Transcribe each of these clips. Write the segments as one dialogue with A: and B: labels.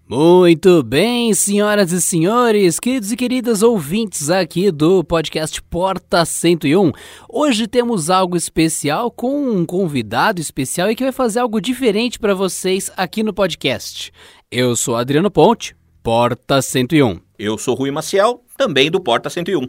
A: Muito bem, senhoras e senhores, queridos e queridas ouvintes aqui do podcast Porta 101. Hoje temos algo especial com um convidado especial e que vai fazer algo diferente para vocês aqui no podcast. Eu sou Adriano Ponte, Porta 101.
B: Eu sou Rui Maciel, também do Porta 101.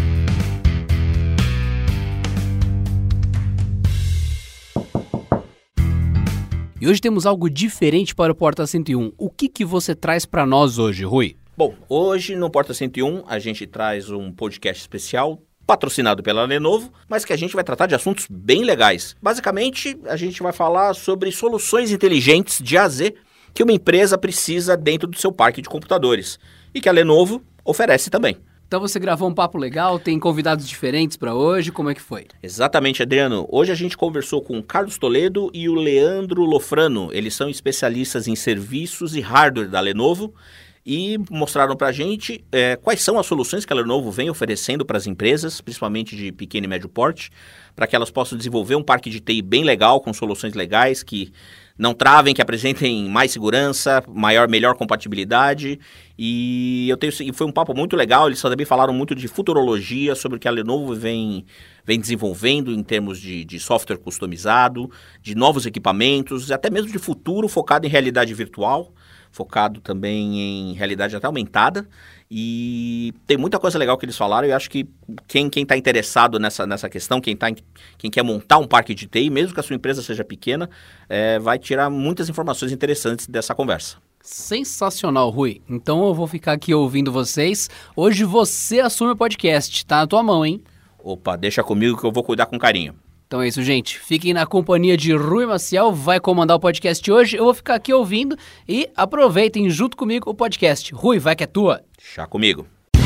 A: E hoje temos algo diferente para o Porta 101. O que você traz para nós hoje, Rui?
B: Bom, hoje no Porta 101 a gente traz um podcast especial patrocinado pela Lenovo, mas que a gente vai tratar de assuntos bem legais. Basicamente, a gente vai falar sobre soluções inteligentes de A a Z que uma empresa precisa dentro do seu parque de computadores e que a Lenovo oferece também.
A: Então você gravou um papo legal, tem convidados diferentes para hoje, como é que foi?
B: Exatamente, Adriano. Hoje a gente conversou com o Carlos Toledo e o Leandro Lofrano. Eles são especialistas em serviços e hardware da Lenovo e mostraram para a gente quais são as soluções que a Lenovo vem oferecendo para as empresas, principalmente de pequeno e médio porte, para que elas possam desenvolver um parque de TI bem legal, com soluções legais que não travem, que apresentem mais segurança, melhor compatibilidade. E foi um papo muito legal. Eles também falaram muito de futurologia, sobre o que a Lenovo vem desenvolvendo em termos de software customizado, de novos equipamentos, até mesmo de futuro focado em realidade virtual, focado também em realidade até aumentada. E tem muita coisa legal que eles falaram. Eu acho que quem está interessado nessa questão, quem quer montar um parque de TI, mesmo que a sua empresa seja pequena, vai tirar muitas informações interessantes dessa conversa.
A: Sensacional, Rui. Então eu vou ficar aqui ouvindo vocês. Hoje você assume o podcast, tá na tua mão, hein?
B: Opa, deixa comigo que eu vou cuidar com carinho.
A: Então é isso, gente. Fiquem na companhia de Rui Maciel, vai comandar o podcast hoje. Eu vou ficar aqui ouvindo e aproveitem junto comigo o podcast. Rui, vai que é tua.
B: Chá comigo.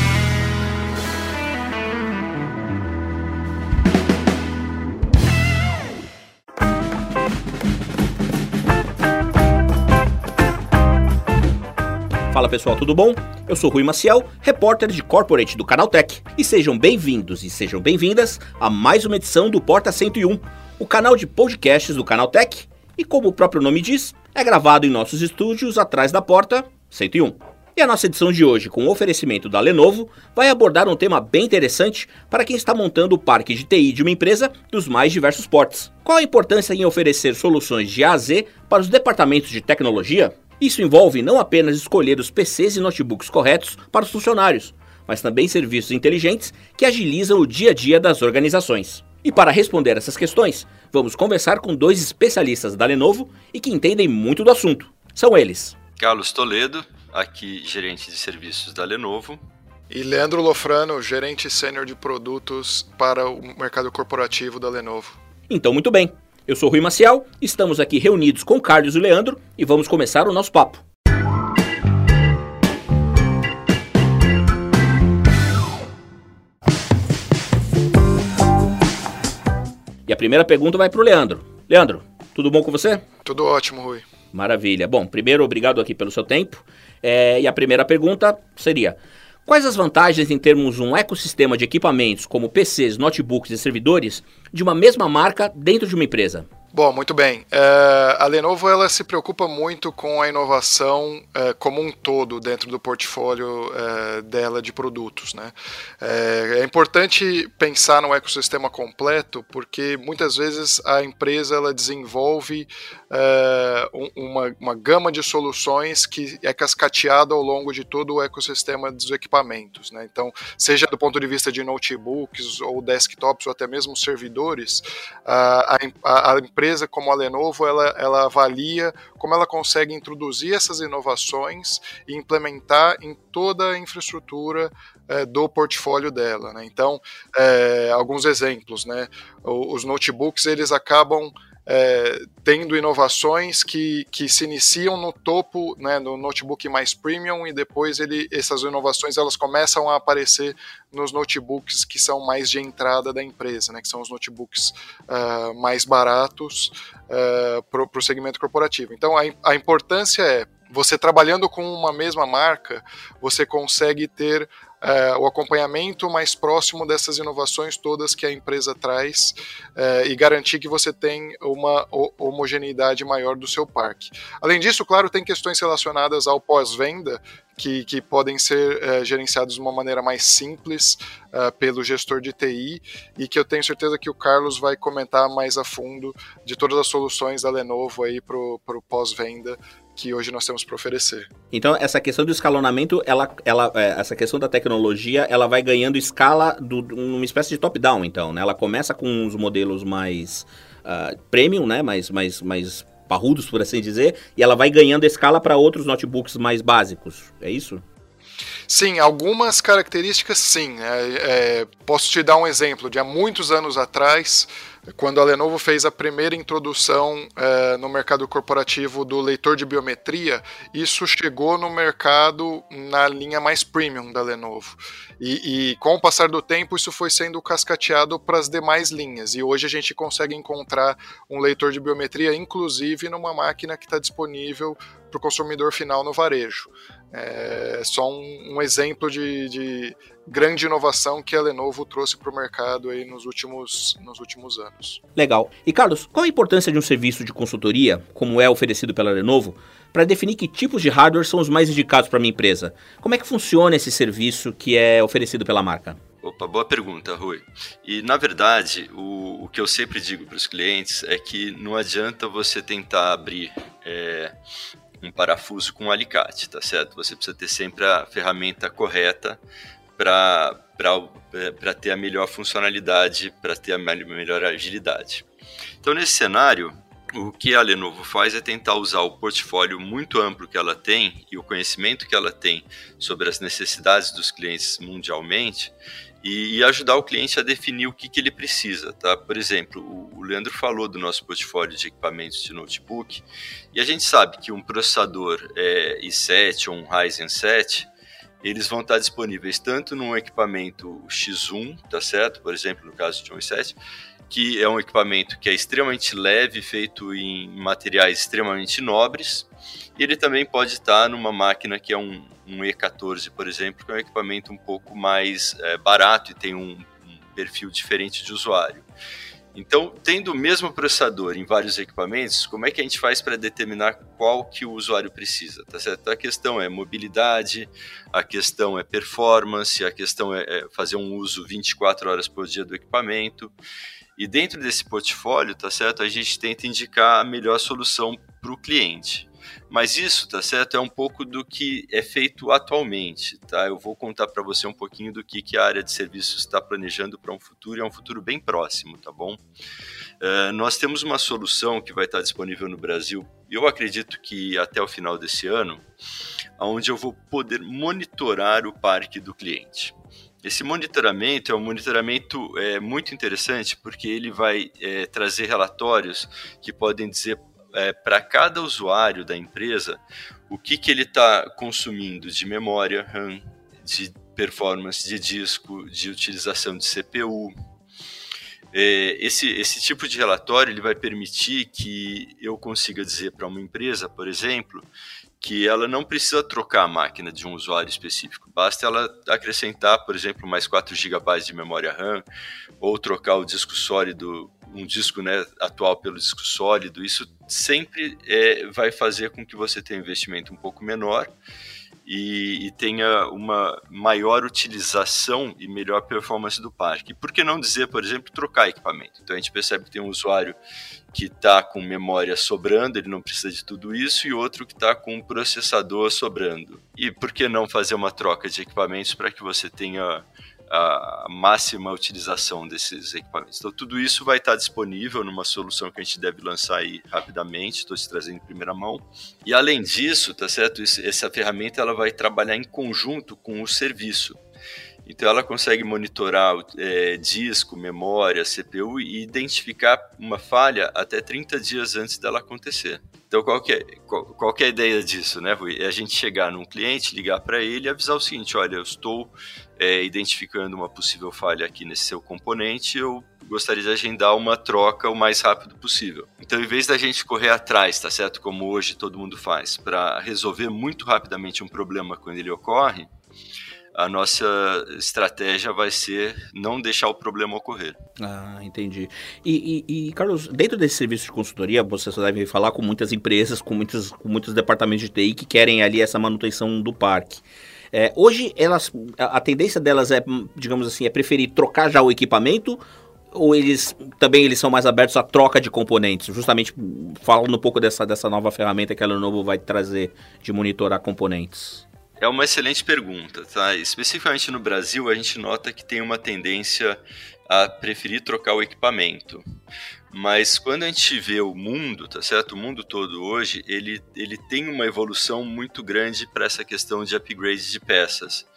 B: Fala pessoal, tudo bom? Eu sou Rui Maciel, repórter de Corporate do Canaltech. E sejam bem-vindos e sejam bem-vindas a mais uma edição do Porta 101, o canal de podcasts do Canaltech. E como o próprio nome diz, é gravado em nossos estúdios atrás da Porta 101. E a nossa edição de hoje, com o oferecimento da Lenovo, vai abordar um tema bem interessante para quem está montando o parque de TI de uma empresa dos mais diversos portes. Qual a importância em oferecer soluções de A a Z para os departamentos de tecnologia? Isso envolve não apenas escolher os PCs e notebooks corretos para os funcionários, mas também serviços inteligentes que agilizam o dia a dia das organizações. E para responder essas questões, vamos conversar com dois especialistas da Lenovo e que entendem muito do assunto. São eles:
C: Carlos Toledo, aqui gerente de serviços da Lenovo.
D: E Leandro Lofrano, gerente sênior de produtos para o mercado corporativo da Lenovo.
B: Então, muito bem. Eu sou Rui Maciel, estamos aqui reunidos com o Carlos e o Leandro e vamos começar o nosso papo. E a primeira pergunta vai para o Leandro. Leandro, tudo bom com você?
D: Tudo ótimo, Rui.
B: Maravilha. Bom, primeiro, obrigado aqui pelo seu tempo. E a primeira pergunta seria: quais as vantagens em termos um ecossistema de equipamentos como PCs, notebooks e servidores de uma mesma marca dentro de uma empresa?
D: Bom, muito bem. A Lenovo ela se preocupa muito com a inovação como um todo dentro do portfólio dela de produtos, né? É importante pensar no ecossistema completo porque muitas vezes a empresa ela desenvolve uma gama de soluções que é cascateada ao longo de todo o ecossistema dos equipamentos, né? Então, seja do ponto de vista de notebooks ou desktops ou até mesmo servidores, a empresa como a Lenovo, ela avalia como ela consegue introduzir essas inovações e implementar em toda a infraestrutura do portfólio dela, né? Então, alguns exemplos, né? Os notebooks, eles acabam tendo inovações que se iniciam no topo, né, no notebook mais premium, e depois essas inovações elas começam a aparecer nos notebooks que são mais de entrada da empresa, né, que são os notebooks mais baratos para o segmento corporativo. Então a importância é, você trabalhando com uma mesma marca, você consegue ter o acompanhamento mais próximo dessas inovações todas que a empresa traz e garantir que você tem uma homogeneidade maior do seu parque. Além disso, claro, tem questões relacionadas ao pós-venda, que podem ser gerenciados de uma maneira mais simples pelo gestor de TI e que eu tenho certeza que o Carlos vai comentar mais a fundo de todas as soluções da Lenovo aí para o pós-venda que hoje nós temos para oferecer.
B: Então, essa questão do escalonamento, essa questão da tecnologia, ela vai ganhando escala numa espécie de top-down, então, né? Ela começa com os modelos mais premium, né? Mais parrudos, por assim dizer, e ela vai ganhando escala para outros notebooks mais básicos, é isso?
D: Sim, algumas características sim. Posso te dar um exemplo de há muitos anos atrás, quando a Lenovo fez a primeira introdução no mercado corporativo do leitor de biometria, isso chegou no mercado na linha mais premium da Lenovo. E com o passar do tempo, isso foi sendo cascateado para as demais linhas. E hoje a gente consegue encontrar um leitor de biometria, inclusive numa máquina que está disponível para o consumidor final no varejo. Só um exemplo de grande inovação que a Lenovo trouxe para o mercado aí nos últimos anos.
B: Legal. E Carlos, qual a importância de um serviço de consultoria, como é oferecido pela Lenovo, para definir que tipos de hardware são os mais indicados para a minha empresa? Como é que funciona esse serviço que é oferecido pela marca?
C: Opa, boa pergunta, Rui. E, na verdade, o que eu sempre digo para os clientes é que não adianta você tentar abrir um parafuso com um alicate, tá certo? Você precisa ter sempre a ferramenta correta para ter a melhor funcionalidade, para ter a melhor agilidade. Então, nesse cenário, o que a Lenovo faz é tentar usar o portfólio muito amplo que ela tem e o conhecimento que ela tem sobre as necessidades dos clientes mundialmente e ajudar o cliente a definir o que ele precisa, tá? Por exemplo, o Leandro falou do nosso portfólio de equipamentos de notebook e a gente sabe que um processador i7 ou um Ryzen 7, eles vão estar disponíveis tanto num equipamento X1, tá certo? Por exemplo, no caso de um i7, que é um equipamento que é extremamente leve, feito em materiais extremamente nobres, e ele também pode estar numa máquina que é um E14, por exemplo, que é um equipamento um pouco mais barato e tem um perfil diferente de usuário. Então, tendo o mesmo processador em vários equipamentos, como é que a gente faz para determinar qual que o usuário precisa? Tá certo? A questão é mobilidade, a questão é performance, a questão é fazer um uso 24 horas por dia do equipamento. E dentro desse portfólio, tá certo? A gente tenta indicar a melhor solução para o cliente. Mas isso, tá certo? É um pouco do que é feito atualmente, tá? Eu vou contar para você um pouquinho do que a área de serviços está planejando para um futuro, e é um futuro bem próximo, tá bom? Nós temos uma solução que vai estar disponível no Brasil, eu acredito que até o final desse ano, onde eu vou poder monitorar o parque do cliente. Esse monitoramento é um monitoramento muito interessante, porque ele vai trazer relatórios que podem dizer para cada usuário da empresa o que ele está consumindo de memória RAM, de performance de disco, de utilização de CPU. Esse tipo de relatório ele vai permitir que eu consiga dizer para uma empresa, por exemplo, que ela não precisa trocar a máquina de um usuário específico. Basta ela acrescentar, por exemplo, mais 4 GB de memória RAM, ou trocar o disco sólido, um disco, né, atual pelo disco sólido. Isso sempre vai fazer com que você tenha um investimento um pouco menor e tenha uma maior utilização e melhor performance do parque. Por que não dizer, por exemplo, trocar equipamento? Então a gente percebe que tem um usuário que está com memória sobrando, ele não precisa de tudo isso, e outro que está com um processador sobrando. E por que não fazer uma troca de equipamentos para que você tenha a máxima utilização desses equipamentos? Então tudo isso vai estar disponível numa solução que a gente deve lançar aí rapidamente, estou te trazendo em primeira mão. E além disso, tá certo? Essa ferramenta ela vai trabalhar em conjunto com o serviço. Então ela consegue monitorar disco, memória, CPU e identificar uma falha até 30 dias antes dela acontecer. Então qual que é a ideia disso, né, Rui? É a gente chegar num cliente, ligar para ele e avisar o seguinte: olha, eu estou identificando uma possível falha aqui nesse seu componente, eu gostaria de agendar uma troca o mais rápido possível. Então, em vez da gente correr atrás, tá certo? Como hoje todo mundo faz, para resolver muito rapidamente um problema quando ele ocorre, a nossa estratégia vai ser não deixar o problema ocorrer.
B: Ah, entendi. E Carlos, dentro desse serviço de consultoria, você só deve falar com muitas empresas, com muitos departamentos de TI que querem ali essa manutenção do parque. Hoje, a tendência delas é, digamos assim, preferir trocar já o equipamento, ou eles são mais abertos à troca de componentes? Justamente falando um pouco dessa nova ferramenta que a Lenovo vai trazer de monitorar componentes.
C: É uma excelente pergunta, tá? Especificamente no Brasil, a gente nota que tem uma tendência a preferir trocar o equipamento. Mas quando a gente vê o mundo, tá certo? O mundo todo hoje, ele tem uma evolução muito grande para essa questão de upgrade de peças.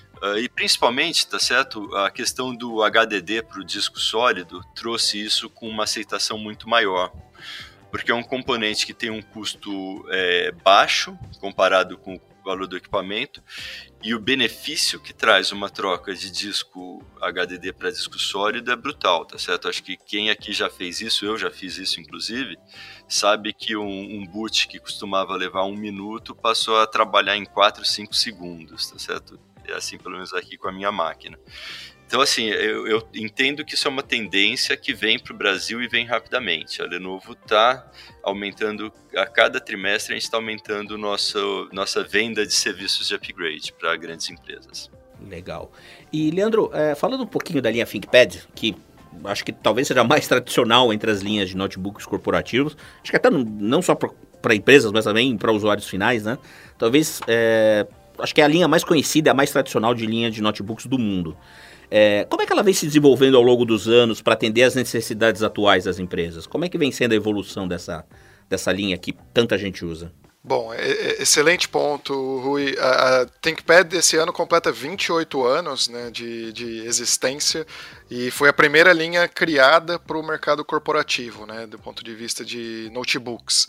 C: E principalmente, tá certo? A questão do HDD para o disco sólido trouxe isso com uma aceitação muito maior. Porque é um componente que tem um custo baixo comparado com o valor do equipamento, e o benefício que traz uma troca de disco HDD para disco sólido é brutal, tá certo? Acho que quem aqui já fez isso, eu já fiz isso inclusive, sabe que um boot que costumava levar 1 minuto passou a trabalhar em 4, 5 segundos, tá certo? É assim pelo menos aqui com a minha máquina. Então, assim, eu entendo que isso é uma tendência que vem para o Brasil e vem rapidamente. A Lenovo está aumentando, a cada trimestre a gente está aumentando nossa venda de serviços de upgrade para grandes empresas.
B: Legal. E, Leandro, falando um pouquinho da linha ThinkPad, que acho que talvez seja a mais tradicional entre as linhas de notebooks corporativos, acho que até não só para empresas, mas também para usuários finais, né? Talvez, acho que é a linha mais conhecida, a mais tradicional de linha de notebooks do mundo. Como é que ela vem se desenvolvendo ao longo dos anos para atender às necessidades atuais das empresas? Como é que vem sendo a evolução dessa linha que tanta gente usa?
D: Bom, excelente ponto, Rui. A ThinkPad esse ano completa 28 anos, né, de existência, e foi a primeira linha criada para o mercado corporativo, né, do ponto de vista de notebooks.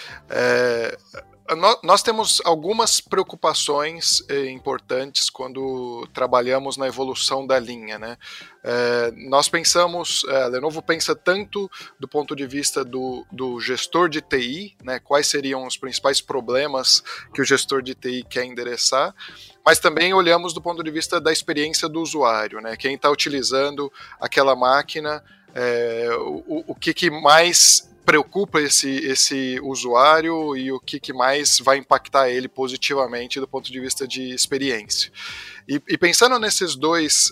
D: Nós temos algumas preocupações importantes quando trabalhamos na evolução da linha, né? Nós pensamos, a Lenovo pensa tanto do ponto de vista do gestor de TI, né? Quais seriam os principais problemas que o gestor de TI quer endereçar, mas também olhamos do ponto de vista da experiência do usuário, né? Quem está utilizando aquela máquina, o que mais preocupa esse usuário e o que mais vai impactar ele positivamente do ponto de vista de experiência. E pensando nesses dois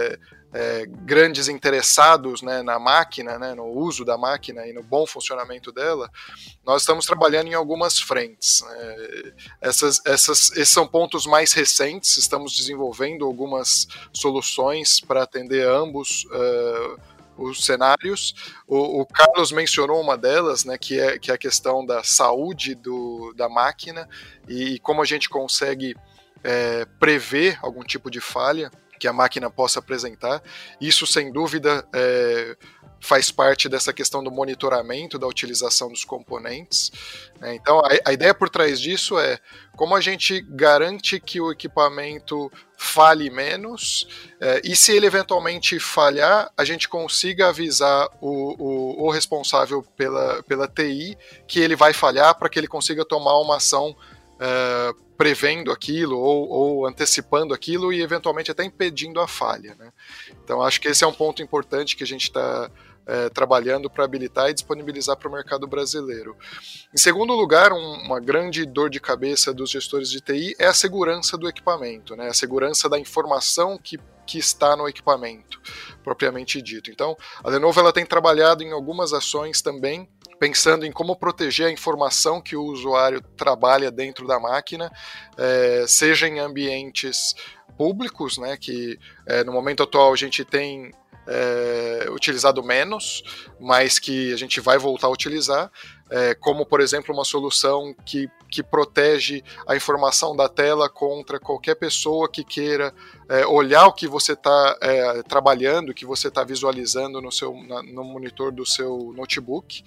D: grandes interessados, né, na máquina, né, no uso da máquina e no bom funcionamento dela, nós estamos trabalhando em algumas frentes. Esses são pontos mais recentes, estamos desenvolvendo algumas soluções para atender ambos os cenários. O Carlos mencionou uma delas, né, que é a questão da saúde da máquina e como a gente consegue prever algum tipo de falha que a máquina possa apresentar. Isso, sem dúvida, faz parte dessa questão do monitoramento da utilização dos componentes. Então, a ideia por trás disso é como a gente garante que o equipamento falhe menos, e se ele eventualmente falhar, a gente consiga avisar o responsável pela TI que ele vai falhar para que ele consiga tomar uma ação prevendo aquilo ou antecipando aquilo e eventualmente até impedindo a falha, né? Então acho que esse é um ponto importante que a gente está trabalhando para habilitar e disponibilizar para o mercado brasileiro. Em segundo lugar, uma grande dor de cabeça dos gestores de TI é a segurança do equipamento, né? A segurança da informação que está no equipamento, propriamente dito. Então, a Lenovo ela tem trabalhado em algumas ações também, pensando em como proteger a informação que o usuário trabalha dentro da máquina, seja em ambientes públicos, né, que no momento atual a gente tem utilizado menos, mas que a gente vai voltar a utilizar, como, por exemplo, uma solução que protege a informação da tela contra qualquer pessoa que queira olhar o que você está trabalhando, o que você está visualizando no monitor do seu notebook,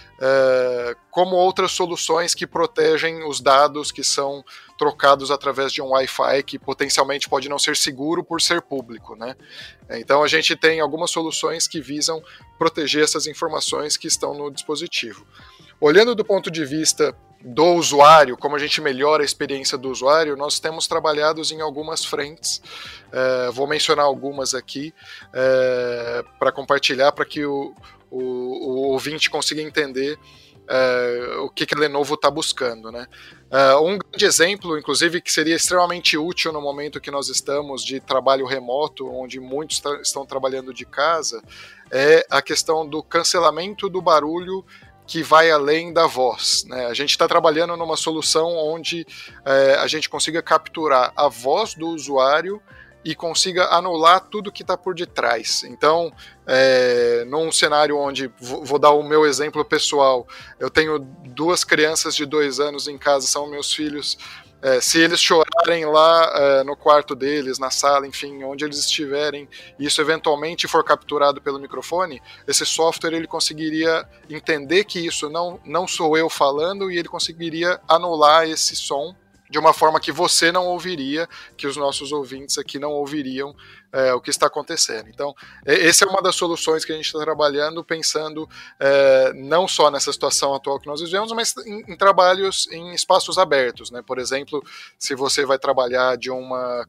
D: como outras soluções que protegem os dados que são trocados através de um Wi-Fi que potencialmente pode não ser seguro por ser público, né? Então a gente tem algumas soluções que visam proteger essas informações que estão no dispositivo. Olhando do ponto de vista do usuário, como a gente melhora a experiência do usuário, nós temos trabalhado em algumas frentes. Vou mencionar algumas aqui para compartilhar, para que o ouvinte consiga entender o que a Lenovo está buscando, né? Um grande exemplo, inclusive, que seria extremamente útil no momento que nós estamos de trabalho remoto, onde muitos estão trabalhando de casa, é a questão do cancelamento do barulho que vai além da voz, né? A gente está trabalhando numa solução onde a gente consiga capturar a voz do usuário e consiga anular tudo que está por detrás. Então, num cenário onde, vou dar o meu exemplo pessoal, eu tenho 2 crianças de 2 anos em casa, são meus filhos. Se eles chorarem lá no quarto deles, na sala, enfim, onde eles estiverem, e isso eventualmente for capturado pelo microfone, esse software ele conseguiria entender que isso não sou eu falando, e ele conseguiria anular esse som de uma forma que você não ouviria, que os nossos ouvintes aqui não ouviriam o que está acontecendo. Então, essa é uma das soluções que a gente está trabalhando, pensando não só nessa situação atual que nós vivemos, mas em trabalhos em espaços abertos, né? Por exemplo, se você vai trabalhar de uma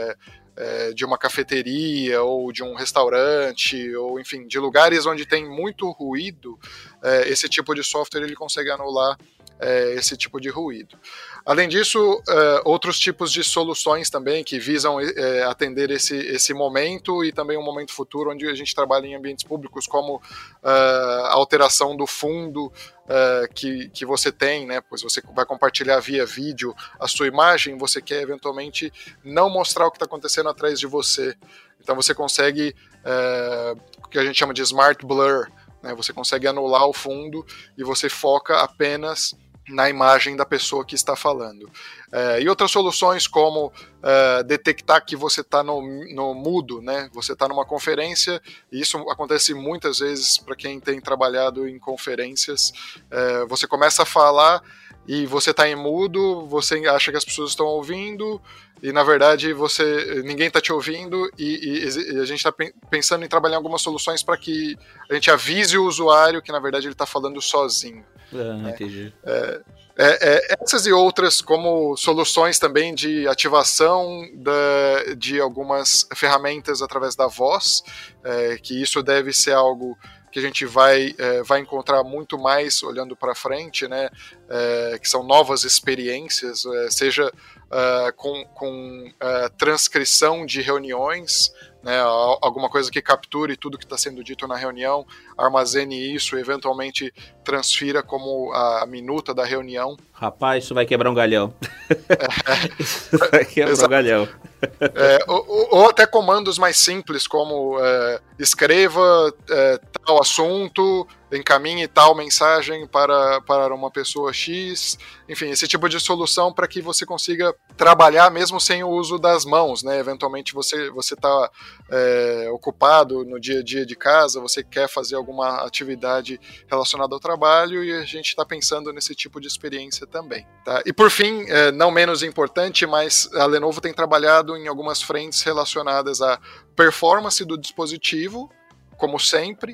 D: cafeteria ou de um restaurante, ou enfim, de lugares onde tem muito ruído, esse tipo de software ele consegue anular esse tipo de ruído. Além disso, outros tipos de soluções também que visam atender esse momento e também um momento futuro onde a gente trabalha em ambientes públicos, como a alteração do fundo que você tem, né? Pois você vai compartilhar via vídeo a sua imagem, você quer eventualmente não mostrar o que está acontecendo atrás de você. Então você consegue o que a gente chama de smart blur, né? Você consegue anular o fundo e você foca apenas na imagem da pessoa que está falando. E outras soluções como detectar que você está no mudo, né? Você está numa conferência, e isso acontece muitas vezes para quem tem trabalhado em conferências. Você começa a falar e você está em mudo, você acha que as pessoas estão ouvindo, e na verdade ninguém está te ouvindo, e a gente está pensando em trabalhar em algumas soluções para que a gente avise o usuário que na verdade ele está falando sozinho.
B: Entendi.
D: Essas e outras, como soluções também de ativação de algumas ferramentas através da voz, que isso deve ser algo que a gente vai encontrar muito mais olhando para frente, né? Que são novas experiências, seja com transcrição de reuniões, né, alguma coisa que capture tudo que está sendo dito na reunião, armazene isso e eventualmente transfira como a minuta da reunião.
B: Rapaz, isso vai quebrar um galhão. Isso vai quebrar um galhão.
D: Ou até comandos mais simples, como escreva tal assunto, encaminhe tal mensagem para uma pessoa X, enfim, esse tipo de solução para que você consiga trabalhar mesmo sem o uso das mãos, né? Eventualmente você está ocupado no dia a dia de casa, você quer fazer alguma atividade relacionada ao trabalho, e a gente está pensando nesse tipo de experiência também, tá? E por fim, não menos importante, mas a Lenovo tem trabalhado em algumas frentes relacionadas à performance do dispositivo, como sempre,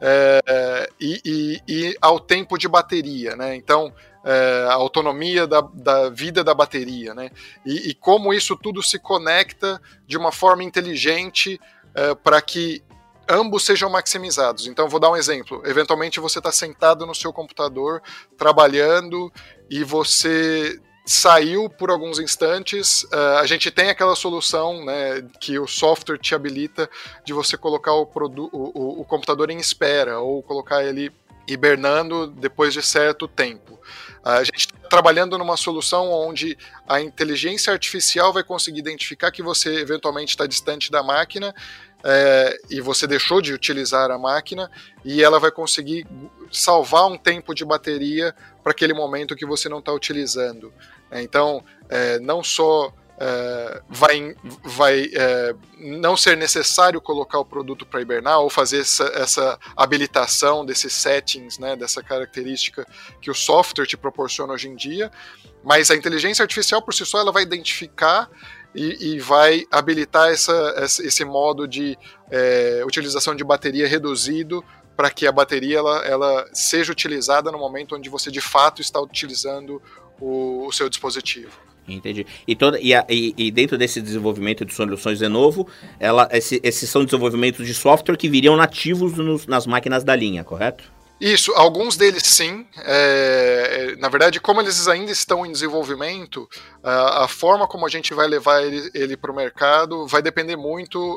D: e ao tempo de bateria, né? Então, a autonomia da vida da bateria, né? E como isso tudo se conecta de uma forma inteligente para que ambos sejam maximizados. Então, vou dar um exemplo. Eventualmente, você está sentado no seu computador, trabalhando, e você saiu por alguns instantes. A gente tem aquela solução, né, que o software te habilita de você colocar o computador em espera, ou colocar ele hibernando depois de certo tempo. A gente está trabalhando numa solução onde a inteligência artificial vai conseguir identificar que você eventualmente está distante da máquina, e você deixou de utilizar a máquina, e ela vai conseguir salvar um tempo de bateria para aquele momento que você não está utilizando. Então, não só vai não ser necessário colocar o produto para hibernar ou fazer essa habilitação desses settings, né, dessa característica que o software te proporciona hoje em dia, mas a inteligência artificial por si só ela vai identificar e vai habilitar esse modo de utilização de bateria reduzido para que a bateria ela seja utilizada no momento onde você de fato está utilizando o seu dispositivo.
B: Entendi. E dentro desse desenvolvimento de soluções Lenovo, esses são desenvolvimentos de software que viriam nativos nas máquinas da linha, correto?
D: Isso, alguns deles sim. Na verdade, como eles ainda estão em desenvolvimento, a forma como a gente vai levar ele para o mercado vai depender muito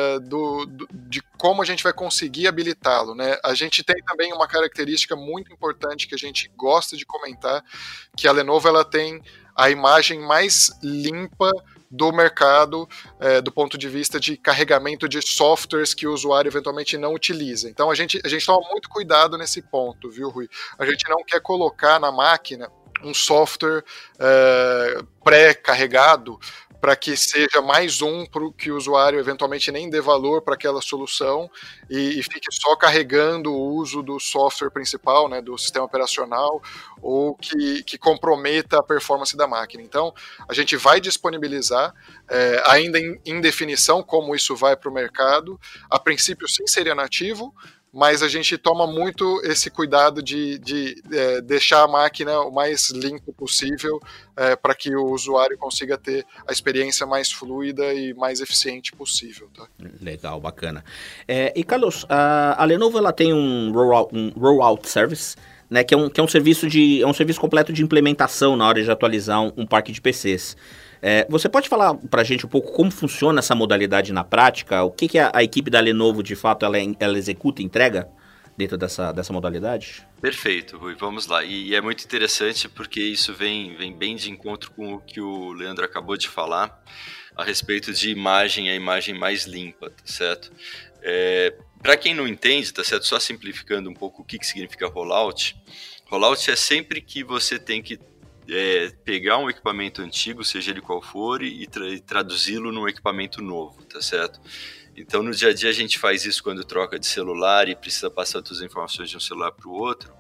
D: de como a gente vai conseguir habilitá-lo, né? A gente tem também uma característica muito importante que a gente gosta de comentar, que a Lenovo ela tem a imagem mais limpa do mercado, do ponto de vista de carregamento de softwares que o usuário eventualmente não utiliza. Então a gente toma muito cuidado nesse ponto, viu, Rui? A gente não quer colocar na máquina um software pré-carregado para que seja mais um que o usuário eventualmente nem dê valor para aquela solução e fique só carregando o uso do software principal, né, do sistema operacional, ou que comprometa a performance da máquina. Então, a gente vai disponibilizar, ainda em definição, como isso vai para o mercado. A princípio, sim, seria nativo, mas a gente toma muito esse cuidado de deixar a máquina o mais limpa possível para que o usuário consiga ter a experiência mais fluida e mais eficiente possível. Tá?
B: Legal, bacana. E Carlos, a Lenovo ela tem um rollout service, né, que é um serviço completo de implementação na hora de atualizar um parque de PCs. Você pode falar para a gente um pouco como funciona essa modalidade na prática? O que a equipe da Lenovo, de fato, ela executa e entrega dentro dessa modalidade?
C: Perfeito, Rui, vamos lá. E é muito interessante porque isso vem bem de encontro com o que o Leandro acabou de falar a respeito de a imagem mais limpa, tá certo? Para quem não entende, tá certo? Só simplificando um pouco o que significa rollout. Rollout é sempre que você tem que pegar um equipamento antigo, seja ele qual for, e traduzi-lo num equipamento novo, tá certo? Então, no dia a dia, a gente faz isso quando troca de celular e precisa passar todas as informações de um celular para o outro.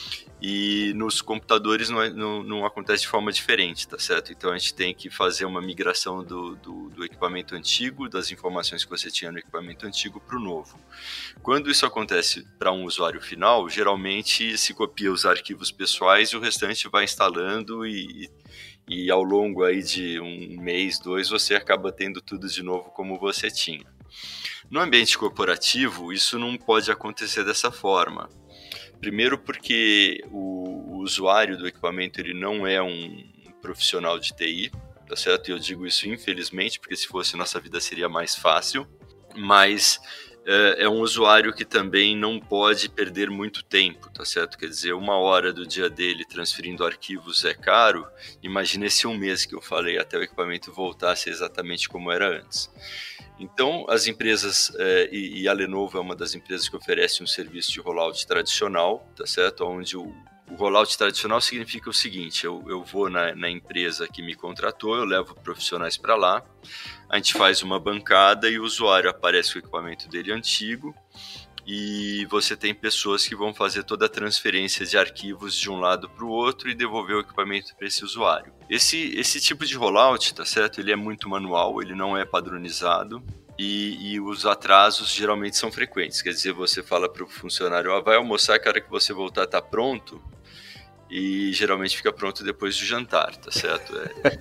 C: E nos computadores não acontece de forma diferente, tá certo? Então, a gente tem que fazer uma migração do equipamento antigo, das informações que você tinha no equipamento antigo para o novo. Quando isso acontece para um usuário final, geralmente se copia os arquivos pessoais e o restante vai instalando e ao longo aí de um mês, 2, você acaba tendo tudo de novo como você tinha. No ambiente corporativo, isso não pode acontecer dessa forma. Primeiro porque o usuário do equipamento ele não é um profissional de TI, tá certo? E eu digo isso infelizmente, porque se fosse nossa vida seria mais fácil, mas é um usuário que também não pode perder muito tempo, tá certo? Quer dizer, 1 hora do dia dele transferindo arquivos é caro, imagina esse 1 mês que eu falei até o equipamento voltar a ser exatamente como era antes. Então, as empresas, e a Lenovo é uma das empresas que oferece um serviço de rollout tradicional, tá certo? Onde o rollout tradicional significa o seguinte, eu vou na empresa que me contratou, eu levo profissionais para lá, a gente faz uma bancada e o usuário aparece com o equipamento dele antigo e você tem pessoas que vão fazer toda a transferência de arquivos de um lado para o outro e devolver o equipamento para esse usuário. Esse tipo de rollout, tá certo? Ele é muito manual, ele não é padronizado e os atrasos geralmente são frequentes. Quer dizer, você fala para o funcionário, vai almoçar, que a hora que você voltar tá pronto, e geralmente fica pronto depois do jantar, tá certo?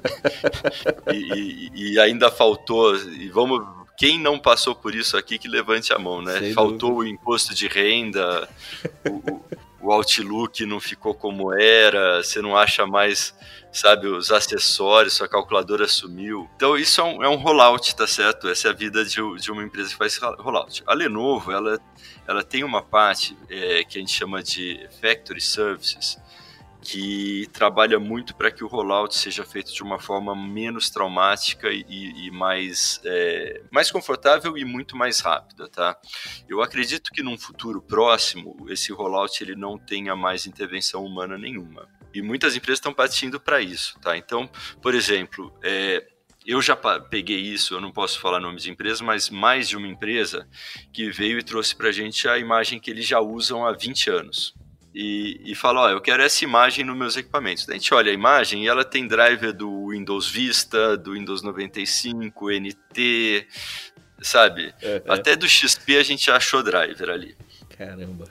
C: E ainda faltou, quem não passou por isso aqui que levante a mão, né? Faltou o imposto de renda, o Outlook não ficou como era, você não acha mais, sabe, os acessórios, sua calculadora sumiu. Então isso é um rollout, tá certo? Essa é a vida de uma empresa que faz rollout. A Lenovo, ela tem uma parte que a gente chama de Factory Services, que trabalha muito para que o rollout seja feito de uma forma menos traumática e mais confortável e muito mais rápida, tá? Eu acredito que num futuro próximo, esse rollout ele não tenha mais intervenção humana nenhuma. E muitas empresas estão partindo para isso, tá? Então, por exemplo, eu já peguei isso, eu não posso falar nome de empresa, mas mais de uma empresa que veio e trouxe para a gente a imagem que eles já usam há 20 anos. E fala, eu quero essa imagem nos meus equipamentos. Daí a gente olha a imagem e ela tem driver do Windows Vista, do Windows 95, NT, sabe? Até do XP a gente achou driver ali.
A: Caramba.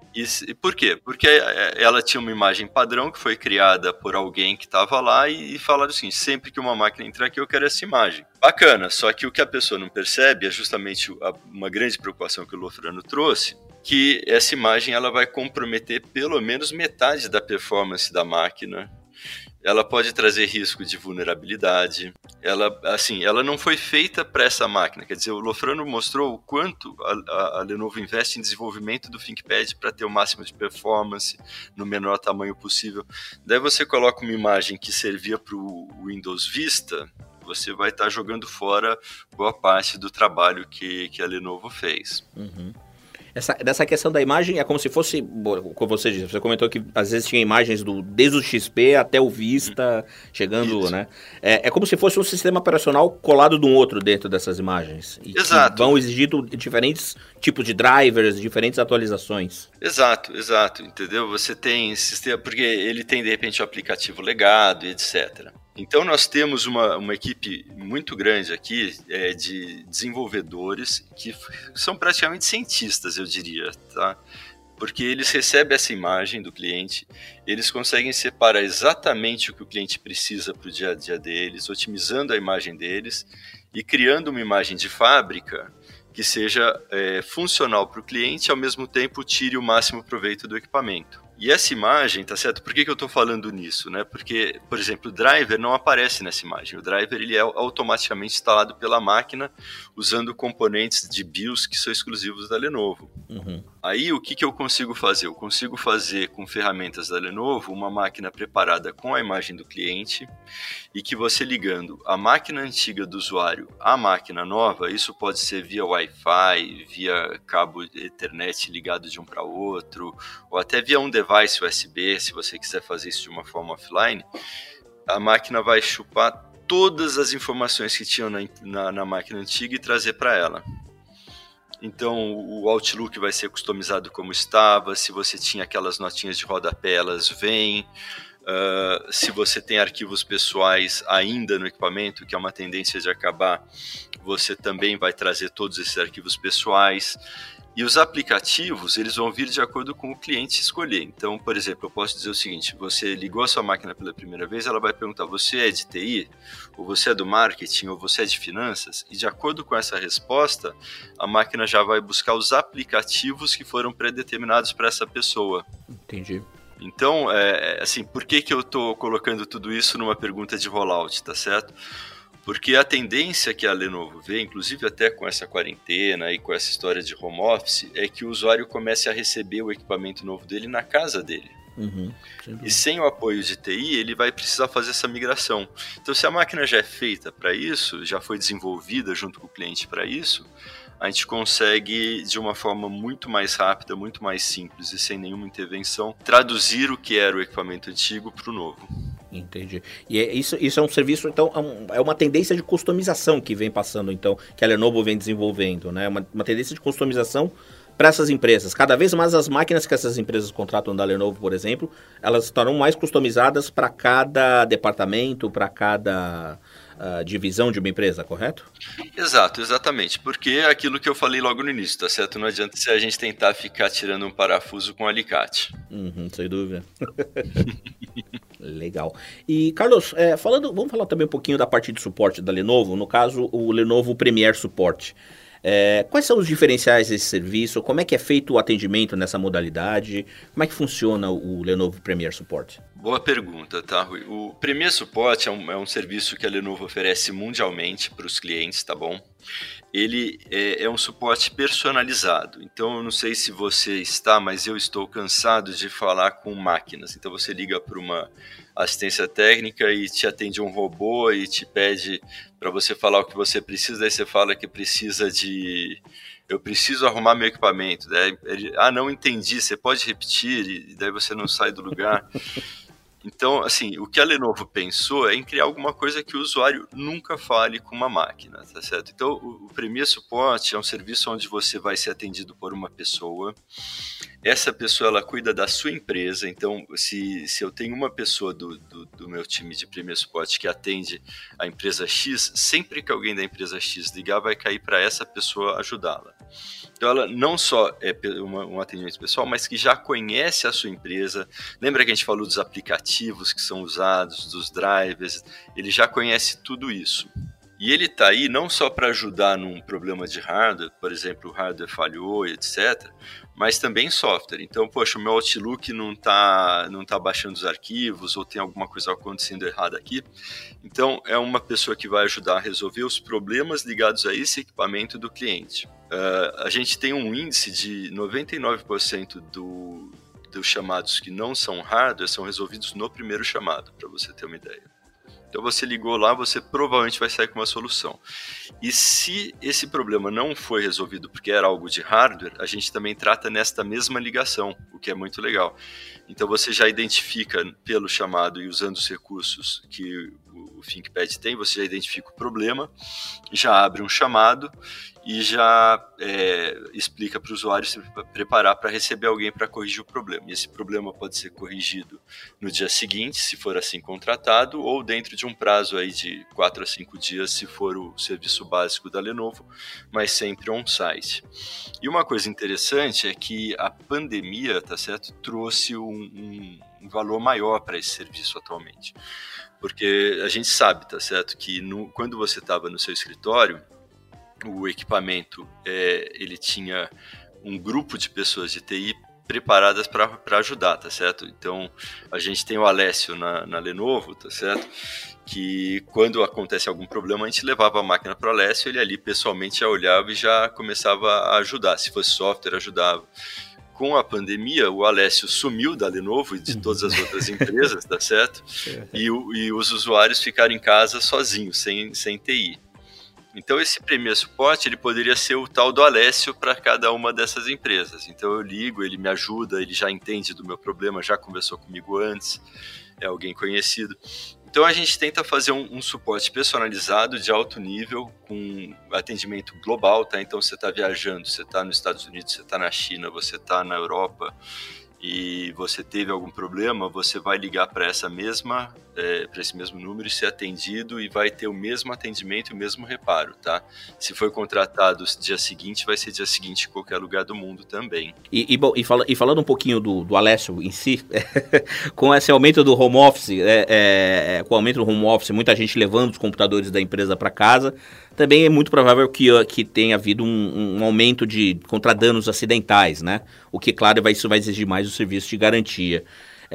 C: E por quê? Porque ela tinha uma imagem padrão que foi criada por alguém que estava lá e falaram assim, sempre que uma máquina entrar aqui eu quero essa imagem. Bacana, só que o que a pessoa não percebe é justamente uma grande preocupação que o Lofrano trouxe, que essa imagem ela vai comprometer pelo menos metade da performance da máquina. Ela pode trazer risco de vulnerabilidade. Ela não foi feita para essa máquina. Quer dizer, o Lofrano mostrou o quanto a Lenovo investe em desenvolvimento do ThinkPad para ter o máximo de performance no menor tamanho possível. Daí você coloca uma imagem que servia para o Windows Vista, você vai estar jogando fora boa parte do trabalho que a Lenovo fez.
B: Uhum. Dessa questão da imagem é como se fosse, como você disse, você comentou que às vezes tinha imagens desde o XP até o Vista, chegando, isso, né? É como se fosse um sistema operacional colado de um outro dentro dessas imagens.
C: Exato.
B: Que vão exigir diferentes tipos de drivers, diferentes atualizações.
C: Exato, entendeu? Você tem sistema, porque ele tem de repente o aplicativo legado, etc. Então nós temos uma equipe muito grande aqui de desenvolvedores que são praticamente cientistas, eu diria, tá? Porque eles recebem essa imagem do cliente, eles conseguem separar exatamente o que o cliente precisa para o dia a dia deles, otimizando a imagem deles e criando uma imagem de fábrica que seja funcional para o cliente e ao mesmo tempo tire o máximo proveito do equipamento. E essa imagem, tá certo? Por que eu estou falando nisso, né? Porque, por exemplo, o driver não aparece nessa imagem. O driver ele é automaticamente instalado pela máquina usando componentes de BIOS que são exclusivos da Lenovo.
B: Uhum.
C: Aí, o que eu consigo fazer? Eu consigo fazer com ferramentas da Lenovo uma máquina preparada com a imagem do cliente e que você ligando a máquina antiga do usuário à máquina nova, isso pode ser via Wi-Fi, via cabo Ethernet ligado de um para outro, ou até via um device USB, se você quiser fazer isso de uma forma offline, a máquina vai chupar todas as informações que tinham na máquina antiga e trazer para ela. Então, o Outlook vai ser customizado como estava, se você tinha aquelas notinhas de rodapé, elas vêm. Se você tem arquivos pessoais ainda no equipamento, que é uma tendência de acabar, você também vai trazer todos esses arquivos pessoais. E os aplicativos, eles vão vir de acordo com o cliente escolher. Então, por exemplo, eu posso dizer o seguinte, você ligou a sua máquina pela primeira vez, ela vai perguntar, você é de TI? Ou você é do marketing? Ou você é de finanças? E de acordo com essa resposta, a máquina já vai buscar os aplicativos que foram predeterminados para essa pessoa.
B: Entendi.
C: Então, assim, por que eu estou colocando tudo isso numa pergunta de rollout, tá certo? Porque a tendência que a Lenovo vê, inclusive até com essa quarentena e com essa história de home office, é que o usuário comece a receber o equipamento novo dele na casa dele.
B: Uhum,
C: e sem o apoio de TI, ele vai precisar fazer essa migração. Então, se a máquina já é feita para isso, já foi desenvolvida junto com o cliente para isso, a gente consegue, de uma forma muito mais rápida, muito mais simples e sem nenhuma intervenção, traduzir o que era o equipamento antigo para o novo.
B: Entendi. E isso é um serviço, então, é uma tendência de customização que vem passando, então, que a Lenovo vem desenvolvendo, né? Uma tendência de customização para essas empresas. Cada vez mais as máquinas que essas empresas contratam da Lenovo, por exemplo, elas estarão mais customizadas para cada departamento, para cada divisão de uma empresa, correto?
C: Exatamente, porque é aquilo que eu falei logo no início, tá certo? Não adianta se a gente tentar ficar tirando um parafuso com um alicate.
B: Sem dúvida. Legal. E, Carlos, vamos falar também um pouquinho da parte de suporte da Lenovo, no caso, o Lenovo Premier Support. Quais são os diferenciais desse serviço? Como é que é feito o atendimento nessa modalidade? Como é que funciona o Lenovo Premier Support?
C: Boa pergunta, tá, Rui? O Premier Support é um serviço que a Lenovo oferece mundialmente para os clientes, tá bom? Ele é um suporte personalizado. Então, eu não sei se você está, mas eu estou cansado de falar com máquinas. Então, você liga para uma assistência técnica e te atende um robô e te pede para você falar o que você precisa. Aí você fala que precisa eu preciso arrumar meu equipamento. Daí não entendi, você pode repetir? E daí você não sai do lugar. Então, assim, o que a Lenovo pensou é em criar alguma coisa que o usuário nunca fale com uma máquina, tá certo? Então, o Premier Support é um serviço onde você vai ser atendido por uma pessoa. Essa pessoa, ela cuida da sua empresa. Então, se eu tenho uma pessoa do meu time de Premier Support que atende a empresa X, sempre que alguém da empresa X ligar, vai cair para essa pessoa ajudá-la. Então ela não só é um atendimento pessoal, mas que já conhece a sua empresa. Lembra que a gente falou dos aplicativos que são usados, dos drivers? Ele já conhece tudo isso. E ele está aí não só para ajudar num problema de hardware, por exemplo, o hardware falhou, etc., mas também software. Então, poxa, o meu Outlook não tá baixando os arquivos ou tem alguma coisa acontecendo errada aqui. Então, é uma pessoa que vai ajudar a resolver os problemas ligados a esse equipamento do cliente. A gente tem um índice de 99% dos chamados que não são hardware são resolvidos no primeiro chamado, para você ter uma ideia. Então você ligou lá, você provavelmente vai sair com uma solução. E se esse problema não foi resolvido porque era algo de hardware, a gente também trata nesta mesma ligação, o que é muito legal. Então você já identifica pelo chamado e usando os recursos que o ThinkPad tem, você já identifica o problema, já abre um chamado e já explica para o usuário se preparar para receber alguém para corrigir o problema. E esse problema pode ser corrigido no dia seguinte, se for assim contratado, ou dentro de um prazo aí de 4 a 5 dias, se for o serviço básico da Lenovo, mas sempre on-site. E uma coisa interessante é que a pandemia, tá certo, trouxe um valor maior para esse serviço atualmente. Porque a gente sabe, tá certo, que quando você estava no seu escritório, o equipamento, ele tinha um grupo de pessoas de TI preparadas para ajudar, tá certo? Então, a gente tem o Alessio na Lenovo, tá certo? Que quando acontece algum problema, a gente levava a máquina para o Alessio, ele ali pessoalmente já olhava e já começava a ajudar. Se fosse software, ajudava. Com a pandemia, o Alessio sumiu da Lenovo e de todas as outras empresas, tá certo? E os usuários ficaram em casa sozinhos, sem TI. Então esse Premier Suporte ele poderia ser o tal do Alessio para cada uma dessas empresas. Então eu ligo, ele me ajuda, ele já entende do meu problema, já conversou comigo antes, é alguém conhecido. Então a gente tenta fazer um suporte personalizado de alto nível, com atendimento global, tá? Então você está viajando, você está nos Estados Unidos, você está na China, você está na Europa e você teve algum problema, você vai ligar para esse mesmo número e ser atendido e vai ter o mesmo atendimento e o mesmo reparo, tá? Se foi contratado dia seguinte, vai ser dia seguinte em qualquer lugar do mundo também.
B: E falando um pouquinho do Alessio em si, com esse aumento do home office, com o aumento do home office, muita gente levando os computadores da empresa para casa, também é muito provável que tenha havido um aumento contra danos acidentais, né? O que, claro, isso vai exigir mais o serviço de garantia.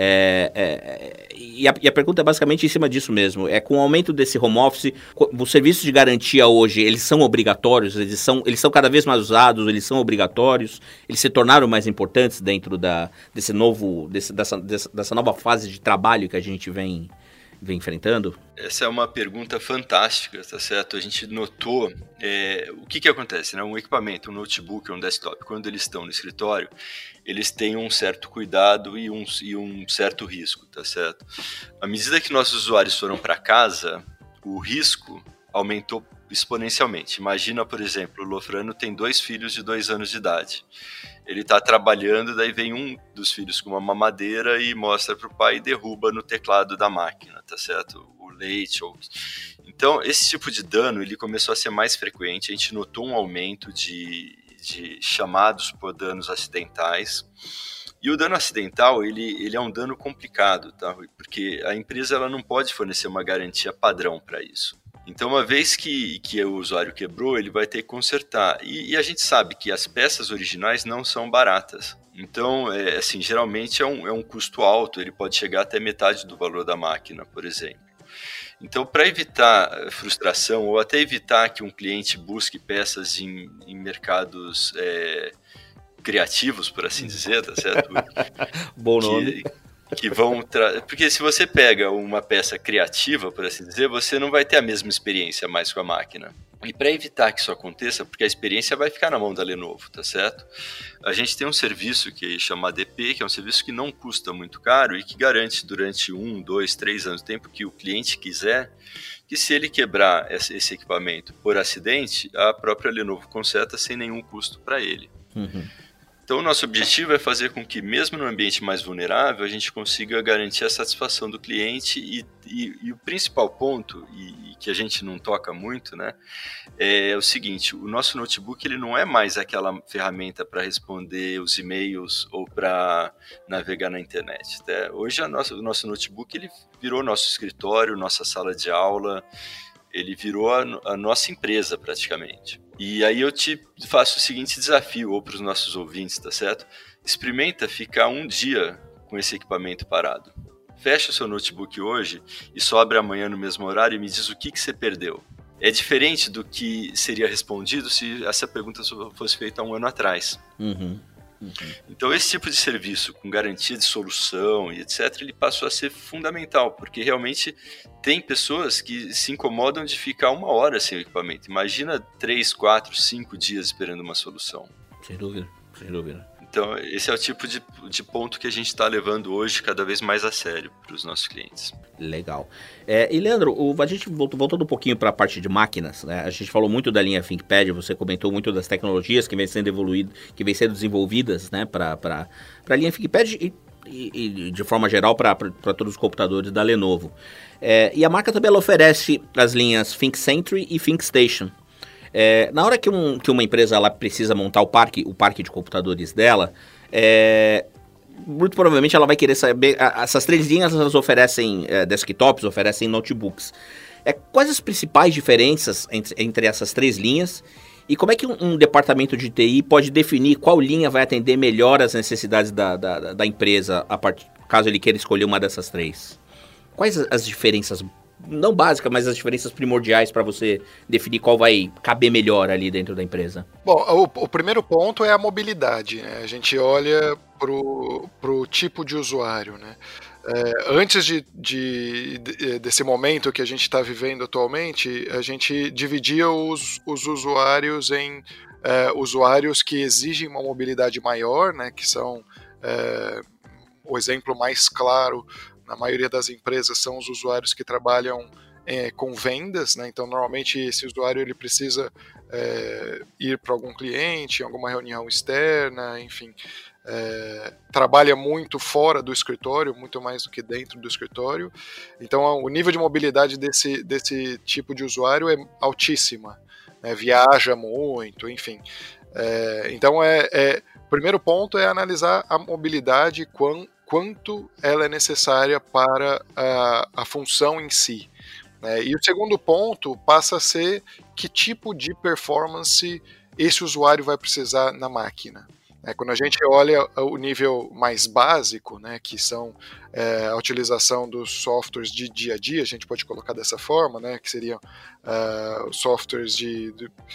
B: E a pergunta é basicamente em cima disso mesmo. Com o aumento desse home office, os serviços de garantia hoje, eles são obrigatórios? Eles são cada vez mais usados? Eles são obrigatórios? Eles se tornaram mais importantes dentro dessa nova fase de trabalho que a gente vem enfrentando?
C: Essa é uma pergunta fantástica, tá certo? A gente notou o que acontece, né? Um equipamento, um notebook, um desktop, quando eles estão no escritório, eles têm um certo cuidado e um certo risco, tá certo? À medida que nossos usuários foram para casa, o risco aumentou exponencialmente. Imagina, por exemplo, o Lofrano tem 2 filhos de 2 anos de idade. Ele está trabalhando, daí vem um dos filhos com uma mamadeira e mostra para o pai e derruba no teclado da máquina, tá certo? O leite. Então, esse tipo de dano ele começou a ser mais frequente. A gente notou um aumento de chamados por danos acidentais. E o dano acidental, ele é um dano complicado, tá? Porque a empresa ela não pode fornecer uma garantia padrão para isso. Então, uma vez que o usuário quebrou, ele vai ter que consertar. E a gente sabe que as peças originais não são baratas. Então, geralmente é um custo alto, ele pode chegar até metade do valor da máquina, por exemplo. Então, para evitar frustração ou até evitar que um cliente busque peças em mercados criativos, por assim dizer, tá certo?
B: Bom nome.
C: Porque se você pega uma peça criativa, por assim dizer, você não vai ter a mesma experiência mais com a máquina. E para evitar que isso aconteça, porque a experiência vai ficar na mão da Lenovo, tá certo? A gente tem um serviço que chama ADP, que é um serviço que não custa muito caro e que garante durante 1, 2, 3 anos, o tempo que o cliente quiser, que se ele quebrar esse equipamento por acidente, a própria Lenovo conserta sem nenhum custo para ele.
B: Uhum.
C: Então, o nosso objetivo é fazer com que, mesmo no ambiente mais vulnerável, a gente consiga garantir a satisfação do cliente e o principal ponto, e que a gente não toca muito, né, é o seguinte: o nosso notebook ele não é mais aquela ferramenta para responder os e-mails ou para navegar na internet. Tá? Hoje, o nosso notebook ele virou nosso escritório, nossa sala de aula, ele virou a nossa empresa praticamente. E aí eu te faço o seguinte desafio, ou para os nossos ouvintes, tá certo? Experimenta ficar um dia com esse equipamento parado. Fecha o seu notebook hoje e só abre amanhã no mesmo horário e me diz o que você perdeu. É diferente do que seria respondido se essa pergunta fosse feita há um ano atrás. Então esse tipo de serviço com garantia de solução e etc, ele passou a ser fundamental, porque realmente tem pessoas que se incomodam de ficar 1 hora sem o equipamento. Imagina 3, 4, 5 dias esperando uma solução.
B: Sem dúvida, sem dúvida.
C: Então esse é o tipo de ponto que a gente está levando hoje cada vez mais a sério para os nossos clientes.
B: Legal. E Leandro, a gente voltando um pouquinho para a parte de máquinas, né? A gente falou muito da linha ThinkPad, você comentou muito das tecnologias que vem sendo desenvolvidas, né, para a linha ThinkPad e de forma geral para todos os computadores da Lenovo. E a marca também ela oferece as linhas ThinkCentry e ThinkStation. Na hora que uma empresa ela precisa montar o parque de computadores dela, muito provavelmente ela vai querer saber, essas 3 linhas elas oferecem desktops, oferecem notebooks. Quais as principais diferenças entre essas 3 linhas e como é que um departamento de TI pode definir qual linha vai atender melhor as necessidades da empresa, caso ele queira escolher uma dessas 3? Quais as diferenças, não básicas, mas as diferenças primordiais para você definir qual vai caber melhor ali dentro da empresa?
D: Bom, o primeiro ponto é a mobilidade, né? A gente olha pro tipo de usuário, né? Antes desse momento que a gente está vivendo atualmente, a gente dividia os usuários em usuários que exigem uma mobilidade maior, né? Que são o exemplo mais claro na maioria das empresas são os usuários que trabalham com vendas, né? Então normalmente esse usuário ele precisa ir para algum cliente, em alguma reunião externa, enfim, trabalha muito fora do escritório, muito mais do que dentro do escritório. Então o nível de mobilidade desse tipo de usuário é altíssima, né? Viaja muito, enfim. Então o primeiro ponto é analisar a mobilidade, quanto ela é necessária para a função em si. E o segundo ponto passa a ser que tipo de performance esse usuário vai precisar na máquina. Quando a gente olha o nível mais básico, né, que são a utilização dos softwares de dia a dia, a gente pode colocar dessa forma, né, que seriam softwares de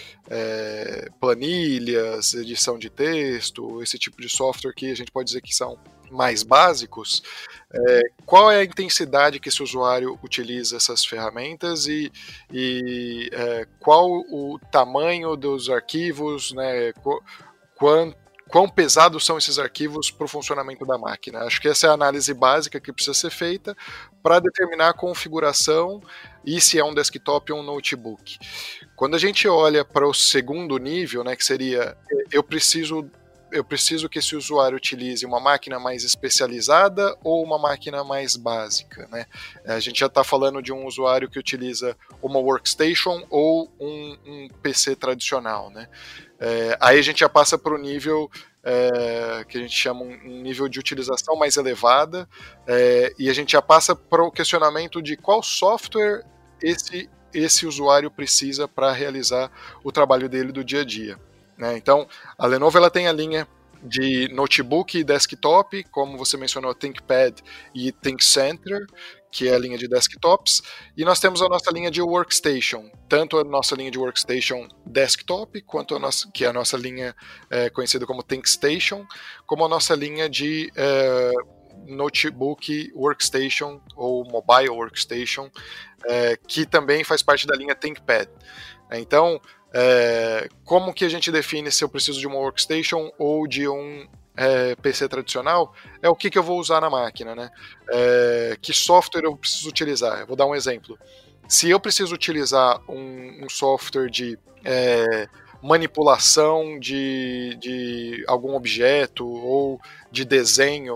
D: planilhas, edição de texto, esse tipo de software que a gente pode dizer que são mais básicos. Qual é a intensidade que esse usuário utiliza essas ferramentas e qual o tamanho dos arquivos, né, quão pesados são esses arquivos para o funcionamento da máquina. Acho que essa é a análise básica que precisa ser feita para determinar a configuração e se é um desktop ou um notebook. Quando a gente olha para o segundo nível, né, que seria eu preciso que esse usuário utilize uma máquina mais especializada ou uma máquina mais básica, né? A gente já está falando de um usuário que utiliza uma workstation ou um PC tradicional, né? Aí a gente já passa para o nível que a gente chama um nível de utilização mais elevada, e a gente já passa para o questionamento de qual software esse usuário precisa para realizar o trabalho dele do dia a dia. Então, a Lenovo ela tem a linha de notebook e desktop, como você mencionou, ThinkPad e ThinkCentry, que é a linha de desktops, e nós temos a nossa linha de workstation, tanto a nossa linha de workstation desktop, quanto que é a nossa linha conhecida como ThinkStation, como a nossa linha de notebook workstation ou mobile workstation, que também faz parte da linha ThinkPad. Então, como que a gente define se eu preciso de uma workstation ou de um PC tradicional? É o que eu vou usar na máquina, né? Que software eu preciso utilizar? Eu vou dar um exemplo. Se eu preciso utilizar um software de manipulação de algum objeto ou de desenho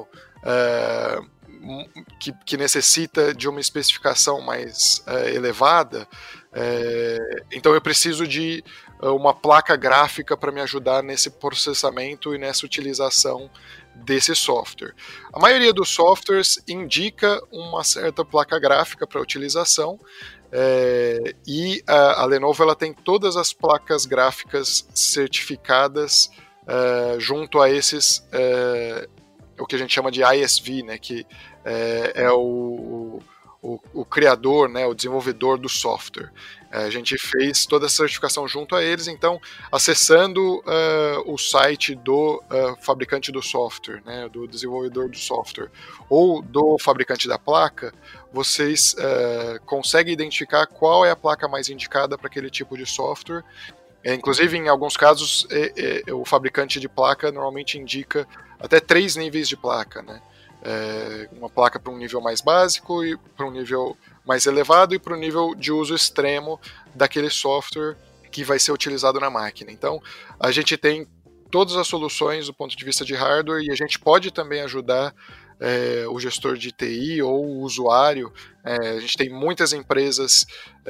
D: que necessita de uma especificação mais elevada, então eu preciso de uma placa gráfica para me ajudar nesse processamento e nessa utilização desse software. A maioria dos softwares indica uma certa placa gráfica para utilização, e a Lenovo ela tem todas as placas gráficas certificadas junto a esses, o que a gente chama de ISV, né, que é o criador, né, o desenvolvedor do software. A gente fez toda a certificação junto a eles, então, acessando o site do fabricante do software, né, do desenvolvedor do software, ou do fabricante da placa, vocês conseguem identificar qual é a placa mais indicada para aquele tipo de software. Inclusive, em alguns casos, o fabricante de placa normalmente indica até 3 níveis de placa, né? Uma placa para um nível mais básico, e para um nível mais elevado, e para um nível de uso extremo daquele software que vai ser utilizado na máquina. Então, a gente tem todas as soluções do ponto de vista de hardware, e a gente pode também ajudar o gestor de TI ou o usuário. A gente tem muitas empresas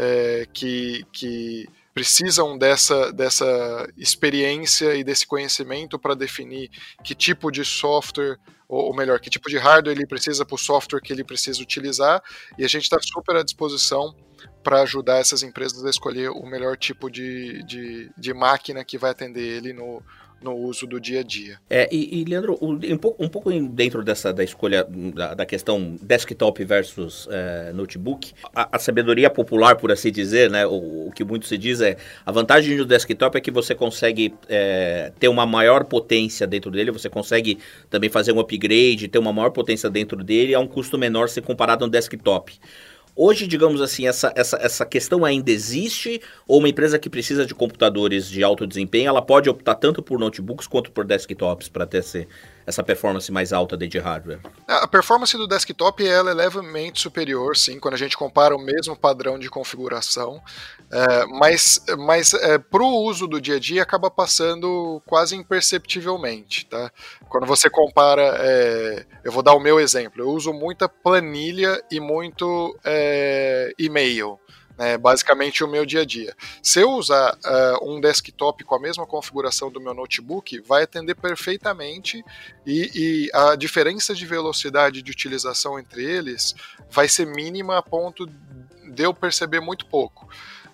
D: que precisam dessa experiência e desse conhecimento para definir que tipo de software, ou melhor, que tipo de hardware ele precisa para o software que ele precisa utilizar, e a gente está super à disposição para ajudar essas empresas a escolher o melhor tipo de máquina que vai atender ele no uso do dia a dia.
B: E Leandro, um pouco dentro da escolha da questão desktop versus notebook, a sabedoria popular, por assim dizer, né, o que muito se diz a vantagem do desktop é que você consegue ter uma maior potência dentro dele, você consegue também fazer um upgrade, ter uma maior potência dentro dele a um custo menor se comparado a um desktop. Hoje, digamos assim, essa questão ainda existe, ou uma empresa que precisa de computadores de alto desempenho, ela pode optar tanto por notebooks quanto por desktops para ter essa performance mais alta de hardware?
D: A performance do desktop ela é levemente superior, sim, quando a gente compara o mesmo padrão de configuração, mas para o uso do dia a dia acaba passando quase imperceptivelmente, tá? Quando você compara, eu vou dar o meu exemplo, eu uso muita planilha e muito e-mail, basicamente o meu dia a dia. Se eu usar um desktop com a mesma configuração do meu notebook, vai atender perfeitamente, e a diferença de velocidade de utilização entre eles vai ser mínima a ponto de eu perceber muito pouco.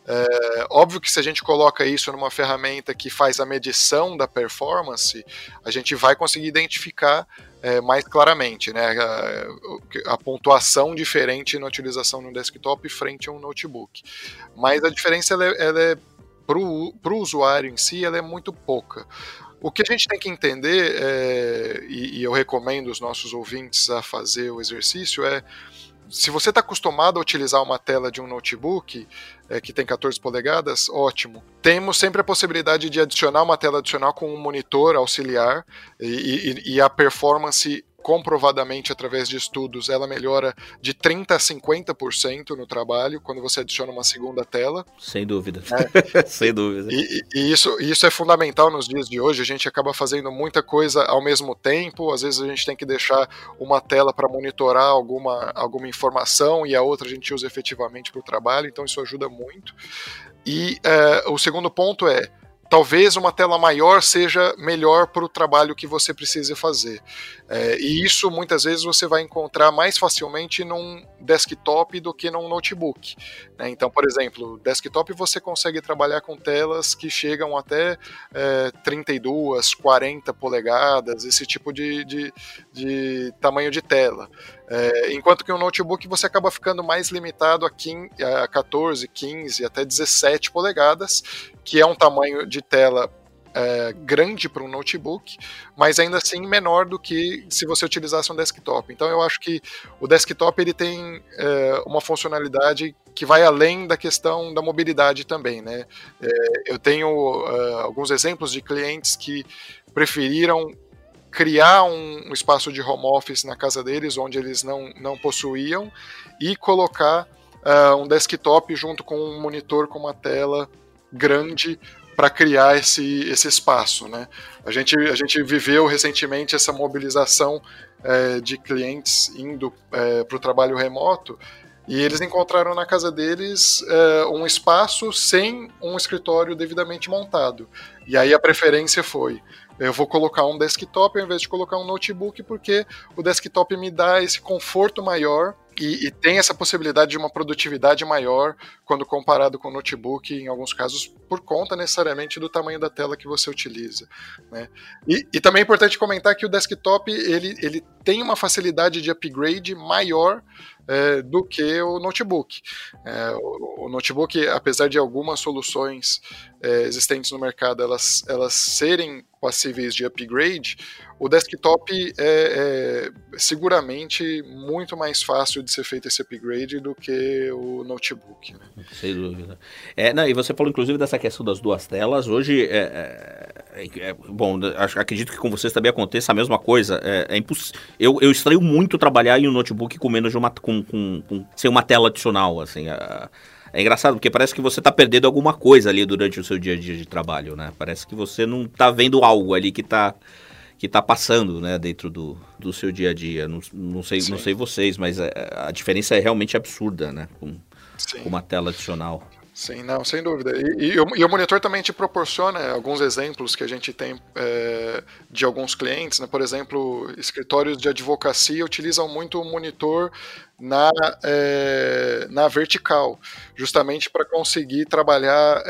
D: Óbvio que se a gente coloca isso numa ferramenta que faz a medição da performance, a gente vai conseguir identificar mais claramente, né, a pontuação diferente na utilização no desktop frente a um notebook. Mas a diferença ela é para o usuário em si, ela é muito pouca. O que a gente tem que entender, e eu recomendo os nossos ouvintes a fazer o exercício, se você está acostumado a utilizar uma tela de um notebook que tem 14 polegadas, ótimo. Temos sempre a possibilidade de adicionar uma tela adicional com um monitor auxiliar, e a performance, comprovadamente através de estudos, ela melhora de 30% a 50% no trabalho quando você adiciona uma segunda tela.
B: Sem dúvida. Sem dúvida.
D: E isso é fundamental nos dias de hoje. A gente acaba fazendo muita coisa ao mesmo tempo. Às vezes a gente tem que deixar uma tela para monitorar alguma informação, e a outra a gente usa efetivamente para o trabalho, então isso ajuda muito. E o segundo ponto talvez uma tela maior seja melhor para o trabalho que você precisa fazer. E isso muitas vezes você vai encontrar mais facilmente num desktop do que num notebook. Então, por exemplo, desktop você consegue trabalhar com telas que chegam até 32, 40 polegadas, esse tipo de tamanho de tela. Enquanto que um notebook você acaba ficando mais limitado a 14, 15, até 17 polegadas, que é um tamanho de tela grande para um notebook, mas ainda assim menor do que se você utilizasse um desktop. Então eu acho que o desktop ele tem uma funcionalidade que vai além da questão da mobilidade também, né? Eu tenho alguns exemplos de clientes que preferiram criar um espaço de home office na casa deles, onde eles não possuíam, e colocar um desktop junto com um monitor com uma tela grande para criar esse espaço, né? A gente viveu recentemente essa mobilização de clientes indo para o trabalho remoto, e eles encontraram na casa deles um espaço sem um escritório devidamente montado. E aí a preferência foi: eu vou colocar um desktop ao invés de colocar um notebook, porque o desktop me dá esse conforto maior e tem essa possibilidade de uma produtividade maior quando comparado com o notebook, em alguns casos, por conta necessariamente do tamanho da tela que você utiliza, né? E também é importante comentar que o desktop ele tem uma facilidade de upgrade maior do que o notebook. O notebook, apesar de algumas soluções existentes no mercado elas serem passíveis de upgrade, o desktop é seguramente muito mais fácil de ser feito esse upgrade do que o notebook, né?
B: Sem dúvida. Não, e você falou inclusive dessa questão das duas telas. Hoje, bom, acredito que com vocês também aconteça a mesma coisa. Eu estranho muito trabalhar em um notebook com menos de sem uma tela adicional, assim. É engraçado, porque parece que você está perdendo alguma coisa ali durante o seu dia a dia de trabalho, né? Parece que você não está vendo algo ali que tá passando, né, dentro do seu dia a dia. Não sei vocês, mas a diferença é realmente absurda, né, com uma tela adicional.
D: Sim, não, sem dúvida. E o monitor também te proporciona alguns exemplos que a gente tem de alguns clientes, né? Por exemplo, escritórios de advocacia utilizam muito o monitor na vertical, justamente para conseguir trabalhar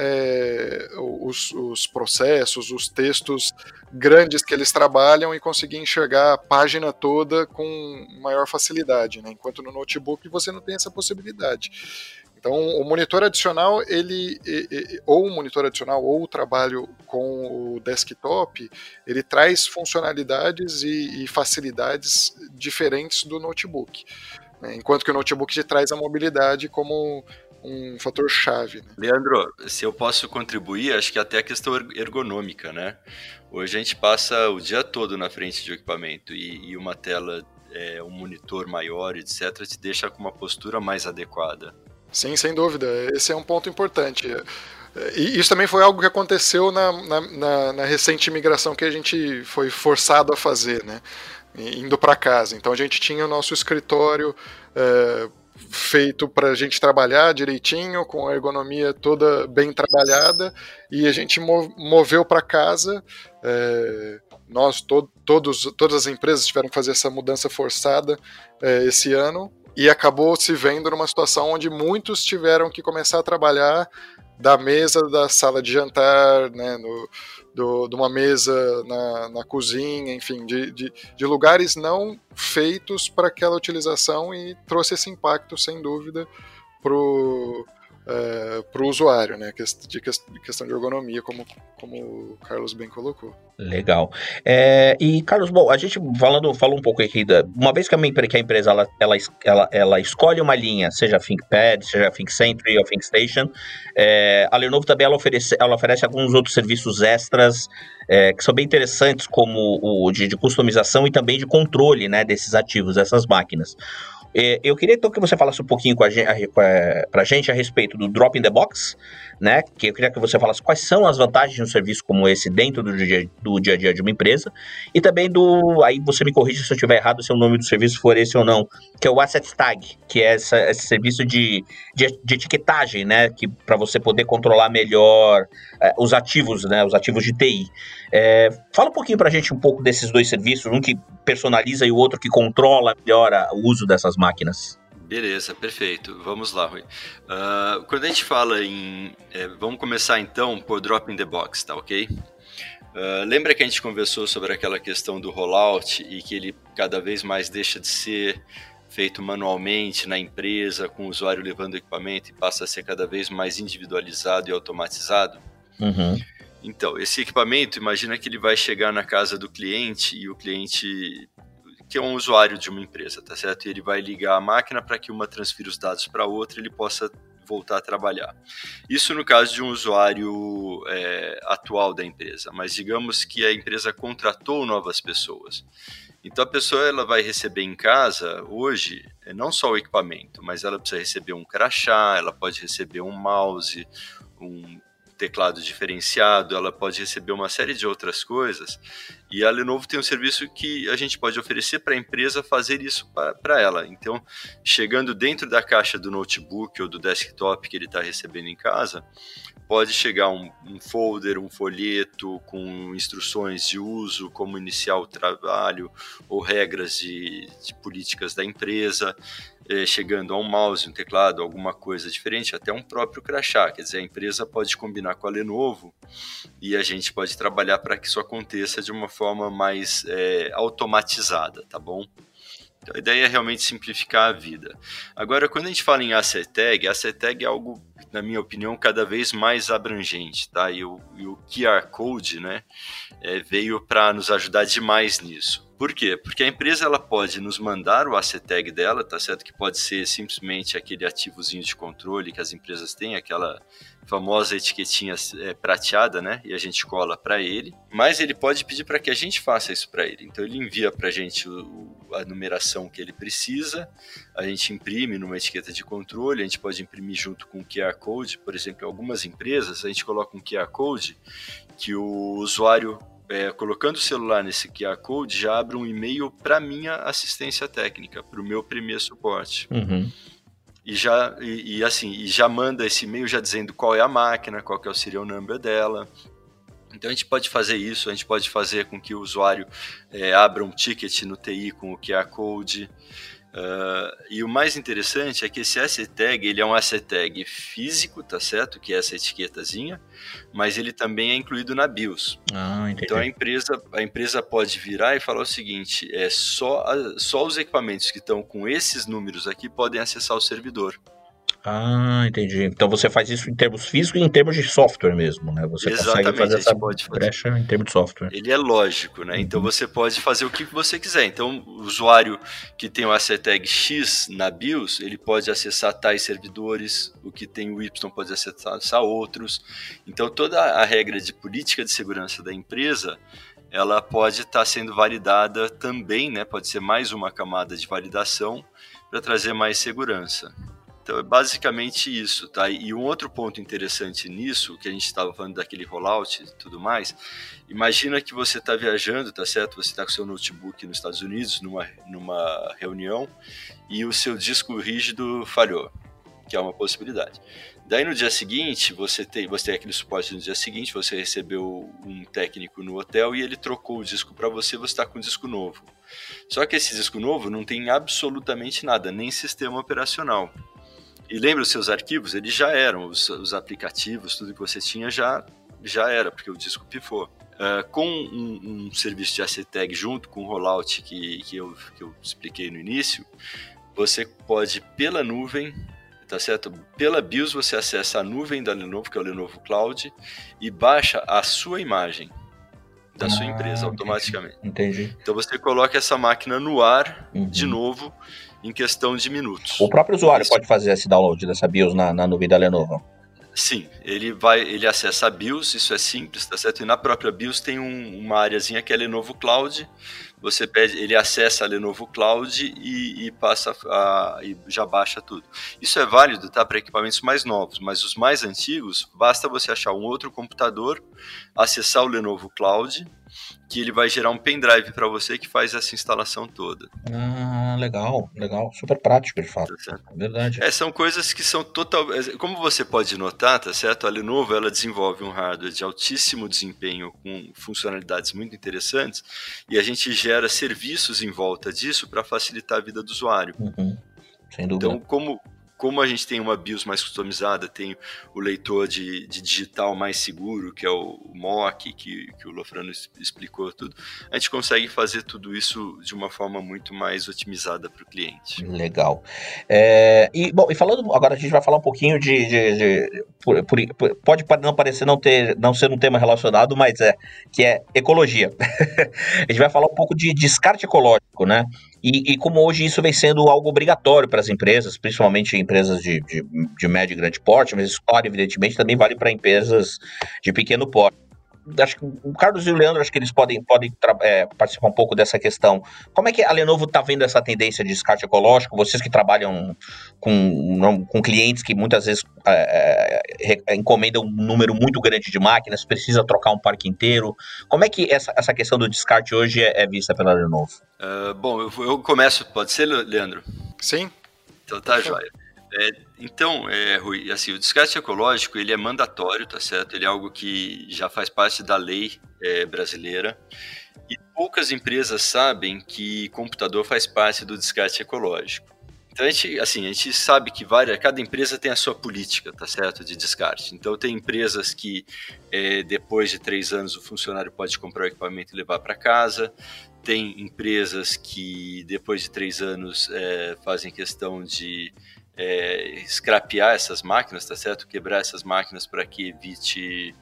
D: os processos, os textos grandes que eles trabalham e conseguir enxergar a página toda com maior facilidade, né? Enquanto no notebook você não tem essa possibilidade. Então, o monitor adicional, ou o monitor adicional, ou o trabalho com o desktop, ele traz funcionalidades e facilidades diferentes do notebook, né? Enquanto que o notebook te traz a mobilidade como um fator chave, né?
C: Leandro, se eu posso contribuir, acho que até a questão ergonômica, né? Hoje a gente passa o dia todo na frente de um equipamento e uma tela, um monitor maior, etc., te deixa com uma postura mais adequada.
D: Sim, sem dúvida. Esse é um ponto importante. E isso também foi algo que aconteceu na recente imigração que a gente foi forçado a fazer, né? Indo para casa. Então a gente tinha o nosso escritório feito para a gente trabalhar direitinho, com a ergonomia toda bem trabalhada, e a gente moveu para casa. Todas as empresas tiveram que fazer essa mudança forçada esse ano. E acabou se vendo numa situação onde muitos tiveram que começar a trabalhar da mesa da sala de jantar, né, de uma mesa na cozinha, enfim, de lugares não feitos para aquela utilização, e trouxe esse impacto, sem dúvida, para o usuário, né? Questão de ergonomia, como o Carlos bem colocou.
B: Legal. E, Carlos, bom, a gente falou um pouco aqui, uma vez que a empresa ela escolhe uma linha, seja ThinkPad, seja ThinkCentry ou ThinkStation, a Lenovo também ela oferece alguns outros serviços extras que são bem interessantes, como o de customização e também de controle, né, desses ativos, dessas máquinas. Eu queria então que você falasse um pouquinho pra gente a respeito do Drop in the Box, né? Que eu queria que você falasse quais são as vantagens de um serviço como esse dentro do dia a dia de uma empresa, e também aí você me corrige se eu estiver errado, se o nome do serviço for esse ou não, que é o Asset Tag, que é esse serviço de etiquetagem, né? Que para você poder controlar melhor os ativos, né? Os ativos de TI. Fala um pouquinho pra gente um pouco desses dois serviços, um que personaliza e o outro que controla melhor o uso dessas máquinas.
C: Beleza, perfeito. Vamos lá, Rui. Quando a gente fala vamos começar então por Drop in the Box, tá ok? Lembra que a gente conversou sobre aquela questão do rollout e que ele cada vez mais deixa de ser feito manualmente na empresa, com o usuário levando o equipamento, e passa a ser cada vez mais individualizado e automatizado?
B: Uhum.
C: Então, esse equipamento, imagina que ele vai chegar na casa do cliente, e o cliente, que é um usuário de uma empresa, tá certo? E ele vai ligar a máquina para que uma transfira os dados para outra e ele possa voltar a trabalhar. Isso no caso de um usuário atual da empresa, mas digamos que a empresa contratou novas pessoas. Então a pessoa ela vai receber em casa hoje não só o equipamento, mas ela precisa receber um crachá, ela pode receber um mouse, um teclado diferenciado, ela pode receber uma série de outras coisas, e a Lenovo tem um serviço que a gente pode oferecer para a empresa fazer isso para ela. Então, chegando dentro da caixa do notebook ou do desktop que ele está recebendo em casa, pode chegar um folder, um folheto com instruções de uso, como iniciar o trabalho ou regras de políticas da empresa, chegando a um mouse, um teclado, alguma coisa diferente, até um próprio crachá. Quer dizer, a empresa pode combinar com a Lenovo e a gente pode trabalhar para que isso aconteça de uma forma mais automatizada, tá bom? Então, a ideia é realmente simplificar a vida. Agora, quando a gente fala em Asset Tag é algo, na minha opinião, cada vez mais abrangente, tá? E o QR Code, né, veio para nos ajudar demais nisso. Por quê? Porque a empresa ela pode nos mandar o Asset Tag dela, tá certo? Que pode ser simplesmente aquele ativozinho de controle que as empresas têm, aquela famosa etiquetinha prateada, né? E a gente cola para ele. Mas ele pode pedir para que a gente faça isso para ele. Então ele envia para a gente a numeração que ele precisa, a gente imprime numa etiqueta de controle, a gente pode imprimir junto com o QR Code. Por exemplo, em algumas empresas a gente coloca um QR Code que o usuário, colocando o celular nesse QR Code, já abre um e-mail para minha assistência técnica, para o meu Premier Suporte.
B: Uhum.
C: E já manda esse e-mail já dizendo qual é a máquina, qual que é o serial number dela. Então a gente pode fazer isso, a gente pode fazer com que o usuário abra um ticket no TI com o QR Code. E o mais interessante é que esse Asset Tag, ele é um Asset Tag físico, tá certo? Que é essa etiquetazinha, mas ele também é incluído na BIOS.
B: Entendi.
C: Então a empresa pode virar e falar o seguinte, só os equipamentos que estão com esses números aqui podem acessar o servidor.
B: Entendi. Então você faz isso em termos físicos e em termos de software mesmo, né? Você consegue fazer essa brecha em termos de software.
C: Ele é lógico, né? Então você pode fazer o que você quiser. Então o usuário que tem o Asset Tag X na BIOS, ele pode acessar tais servidores, o que tem o Y pode acessar outros. Então toda a regra de política de segurança da empresa, ela pode estar sendo validada também, né? Pode ser mais uma camada de validação para trazer mais segurança. Então é basicamente isso, tá? E um outro ponto interessante nisso, que a gente estava falando daquele rollout e tudo mais, imagina que você está viajando, tá certo? Você está com seu notebook nos Estados Unidos, numa reunião, e o seu disco rígido falhou, que é uma possibilidade. Daí no dia seguinte, você tem aquele suporte no dia seguinte, você recebeu um técnico no hotel e ele trocou o disco para você, você está com um disco novo. Só que esse disco novo não tem absolutamente nada, nem sistema operacional. E lembra os seus arquivos? Eles já eram, os aplicativos, tudo que você tinha já era, porque o disco pifou. Com um serviço de Asset Tag junto com o rollout que eu expliquei no início, você pode, pela nuvem, tá certo? Pela BIOS você acessa a nuvem da Lenovo, que é o Lenovo Cloud, e baixa a sua imagem da sua empresa automaticamente.
B: Entendi.
C: Então você coloca essa máquina no ar de novo em questão de minutos.
B: O próprio usuário pode fazer esse download dessa BIOS na nuvem da Lenovo?
C: Sim, ele acessa a BIOS, isso é simples, tá certo? E na própria BIOS tem uma areazinha que é Lenovo Cloud. Você ele acessa a Lenovo Cloud e passa e já baixa tudo. Isso é válido, tá, para equipamentos mais novos, mas os mais antigos, basta você achar um outro computador, acessar o Lenovo Cloud, que ele vai gerar um pendrive para você que faz essa instalação toda.
B: Legal, super prático de fato,
C: tá certo?
B: Verdade.
C: São coisas que são como você pode notar, tá certo? A Lenovo, ela desenvolve um hardware de altíssimo desempenho com funcionalidades muito interessantes e a gente gera serviços em volta disso para facilitar a vida do usuário.
B: Sem dúvida.
C: Então, como a gente tem uma BIOS mais customizada, tem o leitor de digital mais seguro, que é o MOC, que o Lofrano explicou tudo, a gente consegue fazer tudo isso de uma forma muito mais otimizada para o cliente.
B: Legal. E falando, agora a gente vai falar um pouquinho pode não parecer não ser um tema relacionado, mas que é ecologia. A gente vai falar um pouco de descarte ecológico, né? E como hoje isso vem sendo algo obrigatório para as empresas, principalmente empresas de médio e grande porte, mas isso, claro, evidentemente, também vale para empresas de pequeno porte. acho que o Carlos e o Leandro, acho que eles podem participar um pouco dessa questão. Como é que a Lenovo está vendo essa tendência de descarte ecológico? Vocês que trabalham com clientes que muitas vezes encomendam um número muito grande de máquinas, precisa trocar um parque inteiro. Como é que essa questão do descarte hoje é vista pela Lenovo?
C: Bom, eu começo, pode ser, Leandro?
D: Sim.
C: Então tá, joia. Então, Rui, assim, o descarte ecológico, ele é mandatório, tá certo? Ele é algo que já faz parte da lei brasileira, e poucas empresas sabem que computador faz parte do descarte ecológico. Então, a gente sabe que cada empresa tem a sua política, tá certo, de descarte. Então, tem empresas que depois de 3 anos o funcionário pode comprar o equipamento e levar para casa. Tem empresas que depois de 3 anos fazem questão de scrapear essas máquinas, tá certo? Quebrar essas máquinas para que evite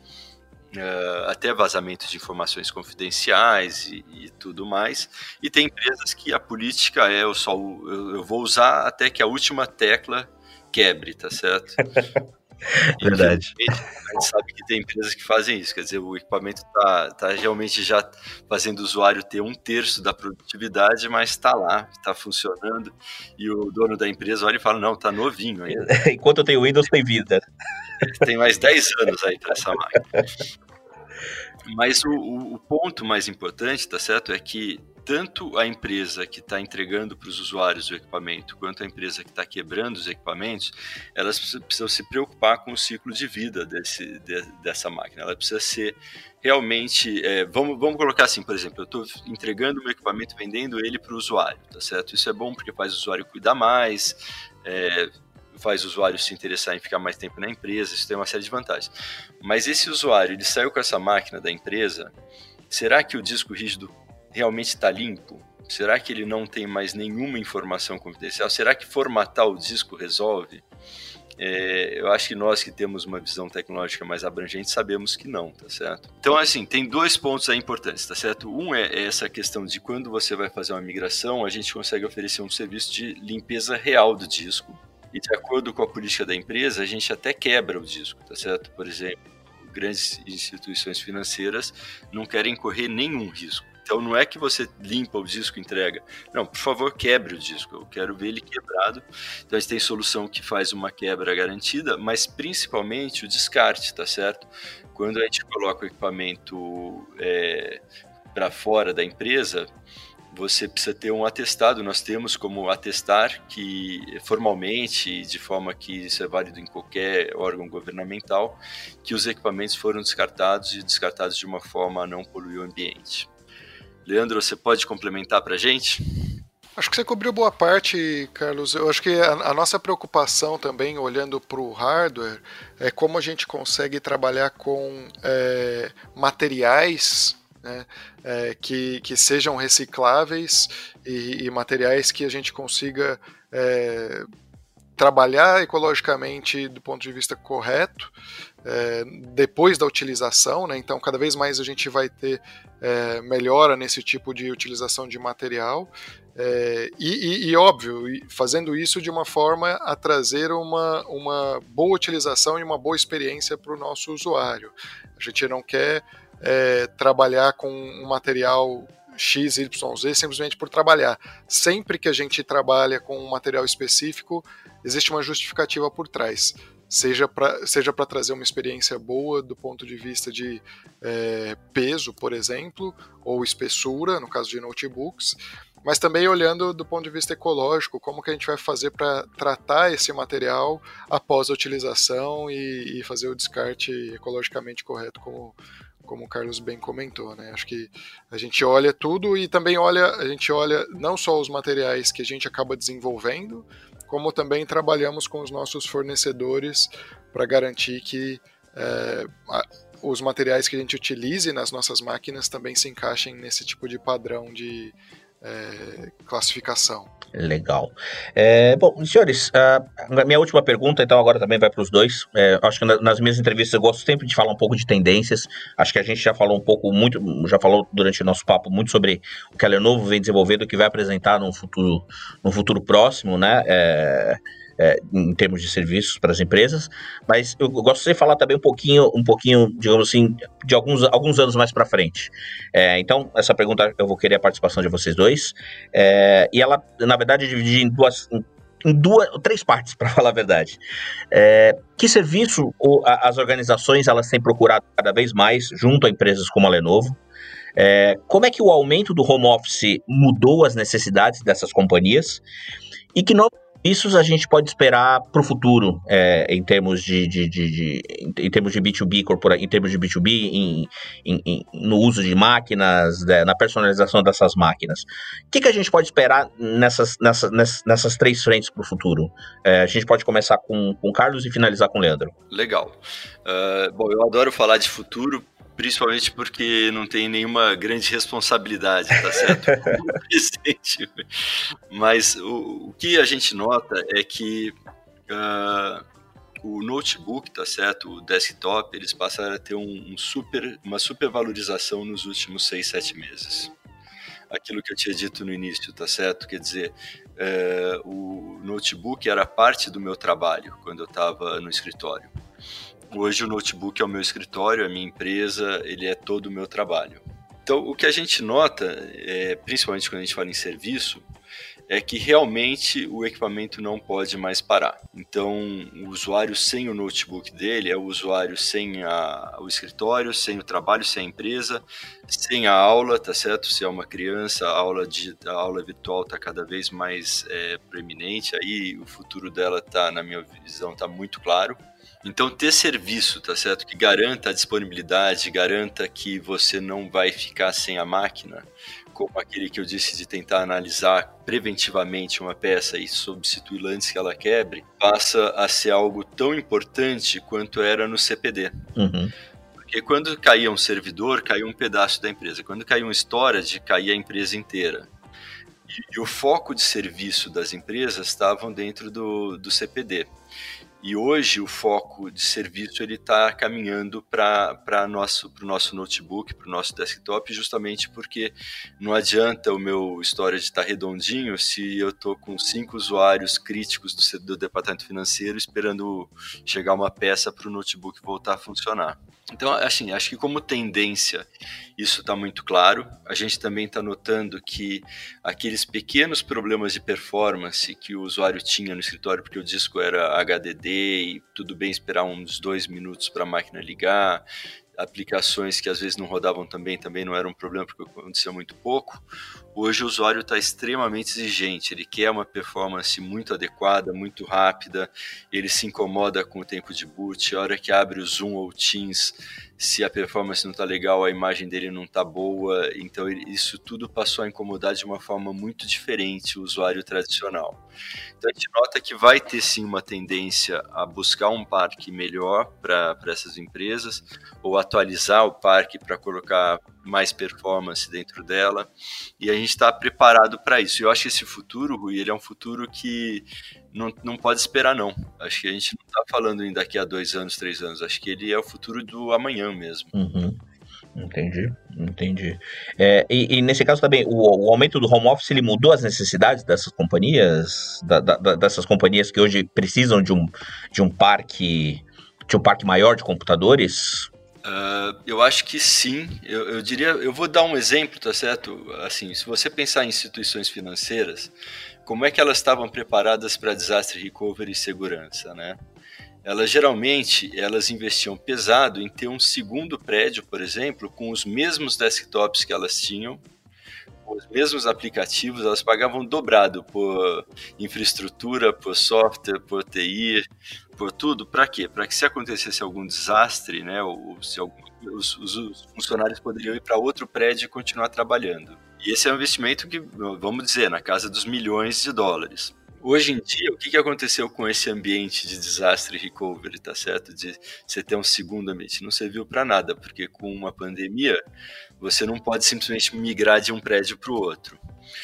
C: até vazamento de informações confidenciais e tudo mais. E tem empresas que a política eu vou usar até que a última tecla quebre, tá certo?
B: Verdade.
C: A gente sabe que tem empresas que fazem isso, quer dizer, o equipamento tá realmente já fazendo o usuário ter 1/3 da produtividade, mas está lá, está funcionando, e o dono da empresa olha e fala, não, tá novinho ainda.
B: Enquanto eu tenho Windows, tem vida.
C: Tem mais 10 anos aí para essa máquina. Mas o ponto mais importante, tá certo, é que tanto a empresa que está entregando para os usuários o equipamento, quanto a empresa que está quebrando os equipamentos, elas precisam se preocupar com o ciclo de vida dessa máquina. Ela precisa ser realmente... vamos colocar assim, por exemplo, eu estou entregando o meu equipamento, vendendo ele para o usuário, tá certo? Isso é bom porque faz o usuário cuidar mais, faz o usuário se interessar em ficar mais tempo na empresa, isso tem uma série de vantagens. Mas esse usuário, ele saiu com essa máquina da empresa, será que o disco rígido realmente está limpo? Será que ele não tem mais nenhuma informação confidencial? Será que formatar o disco resolve? Eu acho que nós que temos uma visão tecnológica mais abrangente sabemos que não, tá certo? Então, assim, tem 2 pontos aí importantes, tá certo? Um é essa questão de quando você vai fazer uma migração, a gente consegue oferecer um serviço de limpeza real do disco, e de acordo com a política da empresa, a gente até quebra o disco, tá certo? Por exemplo, grandes instituições financeiras não querem correr nenhum risco. Então não é que você limpa o disco e entrega. Não, por favor, quebre o disco. Eu quero ver ele quebrado. Então a gente tem solução que faz uma quebra garantida, mas principalmente o descarte, tá certo? Quando a gente coloca o equipamento para fora da empresa, você precisa ter um atestado. Nós temos como atestar que formalmente, de forma que isso é válido em qualquer órgão governamental, que os equipamentos foram descartados de uma forma a não poluir o ambiente. Leandro, você pode complementar para a gente?
D: Acho que você cobriu boa parte, Carlos. Eu acho que a nossa preocupação também, olhando para o hardware, é como a gente consegue trabalhar com materiais, né, que sejam recicláveis e materiais que a gente consiga trabalhar ecologicamente do ponto de vista correto, depois da utilização, né? Então cada vez mais a gente vai ter melhora nesse tipo de utilização de material, e óbvio, fazendo isso de uma forma a trazer uma boa utilização e uma boa experiência para o nosso usuário. A gente não quer trabalhar com um material X, Y, Z simplesmente por trabalhar. Sempre que a gente trabalha com um material específico, existe uma justificativa por trás. Seja para trazer uma experiência boa do ponto de vista de peso, por exemplo, ou espessura, no caso de notebooks, mas também olhando do ponto de vista ecológico, como que a gente vai fazer para tratar esse material após a utilização e fazer o descarte ecologicamente correto, como o Carlos bem comentou, né? Acho que a gente olha tudo e também a gente olha não só os materiais que a gente acaba desenvolvendo, como também trabalhamos com os nossos fornecedores para garantir que os materiais que a gente utilize nas nossas máquinas também se encaixem nesse tipo de padrão de classificação.
B: Legal. Bom, senhores, a minha última pergunta, então, agora também vai para os dois. Acho que nas minhas entrevistas eu gosto sempre de falar um pouco de tendências. Acho que a gente já falou já falou durante o nosso papo muito sobre o que a Lenovo vem desenvolvendo, o que vai apresentar no futuro próximo, né? em termos de serviços para as empresas, mas eu gostaria de falar também um pouquinho, digamos assim, de alguns anos mais para frente. Então, essa pergunta eu vou querer a participação de vocês dois, e ela, na verdade, é dividida em três partes, para falar a verdade. Que serviço as organizações elas têm procurado cada vez mais junto a empresas como a Lenovo? Como é que o aumento do home office mudou as necessidades dessas companhias? E que novos serviços a gente pode esperar para o futuro, em termos de B2B, em termos de B2B, no uso de máquinas, na personalização dessas máquinas. O que a gente pode esperar nessas três frentes para o futuro? A gente pode começar com o Carlos e finalizar com o Leandro.
C: Legal. Bom, eu adoro falar de futuro, principalmente porque não tem nenhuma grande responsabilidade, tá certo? Mas o que a gente nota é que o notebook, tá certo? O desktop, eles passaram a ter uma supervalorização nos últimos 6, 7 meses. Aquilo que eu tinha dito no início, tá certo? Quer dizer, o notebook era parte do meu trabalho quando eu estava no escritório. Hoje o notebook é o meu escritório, a minha empresa, ele é todo o meu trabalho. Então, o que a gente nota, principalmente quando a gente fala em serviço, é que realmente o equipamento não pode mais parar. Então, o usuário sem o notebook dele é o usuário sem o escritório, sem o trabalho, sem a empresa, sem a aula, tá certo? Se é uma criança, a aula virtual está cada vez mais preeminente, aí o futuro dela na minha visão, está muito claro. Então, ter serviço, tá certo? Que garanta a disponibilidade, garanta que você não vai ficar sem a máquina, como aquele que eu disse de tentar analisar preventivamente uma peça e substituí-la antes que ela quebre, passa a ser algo tão importante quanto era no CPD.
B: Uhum.
C: Porque quando caía um servidor, caía um pedaço da empresa. Quando caía um storage, caía a empresa inteira. E o foco de serviço das empresas estavam dentro do CPD. E hoje o foco de serviço ele está caminhando para o nosso notebook, para o nosso desktop, justamente porque não adianta o meu storage estar redondinho se eu estou com 5 usuários críticos do departamento financeiro esperando chegar uma peça para o notebook voltar a funcionar. Então, assim, acho que como tendência isso está muito claro. A gente também está notando que aqueles pequenos problemas de performance que o usuário tinha no escritório, porque o disco era HDD e tudo bem esperar uns 2 minutos para a máquina ligar, aplicações que às vezes não rodavam também não era um problema porque acontecia muito pouco. Hoje o usuário está extremamente exigente, ele quer uma performance muito adequada, muito rápida, ele se incomoda com o tempo de boot, a hora que abre o Zoom ou o Teams, se a performance não está legal, a imagem dele não está boa, então isso tudo passou a incomodar de uma forma muito diferente o usuário tradicional. Então a gente nota que vai ter sim uma tendência a buscar um parque melhor para essas empresas, ou atualizar o parque para colocar mais performance dentro dela, e a gente está preparado para isso. Eu acho que esse futuro, Rui, ele é um futuro que não pode esperar não. Acho que a gente não está falando em daqui a 2 anos, 3 anos, acho que ele é o futuro do amanhã mesmo.
B: Uhum. Entendi. E nesse caso também, o aumento do home office, ele mudou as necessidades dessas companhias, dessas companhias que hoje precisam de um parque maior de computadores?
C: Eu acho que sim. Eu diria, eu vou dar um exemplo, tá certo? Assim, se você pensar em instituições financeiras, como é que elas estavam preparadas para desastre recovery e segurança, né? Elas investiam pesado em ter um segundo prédio, por exemplo, com os mesmos desktops que elas tinham, com os mesmos aplicativos, elas pagavam dobrado por infraestrutura, por software, por TI, por tudo. Para quê? Para que se acontecesse algum desastre, né, ou se os funcionários poderiam ir para outro prédio e continuar trabalhando. E esse é um investimento que, vamos dizer, na casa dos milhões de dólares. Hoje em dia, o que aconteceu com esse ambiente de desastre e recovery, tá certo? De você ter um segundo ambiente. Não serviu para nada, porque com uma pandemia, você não pode simplesmente migrar de um prédio para o outro.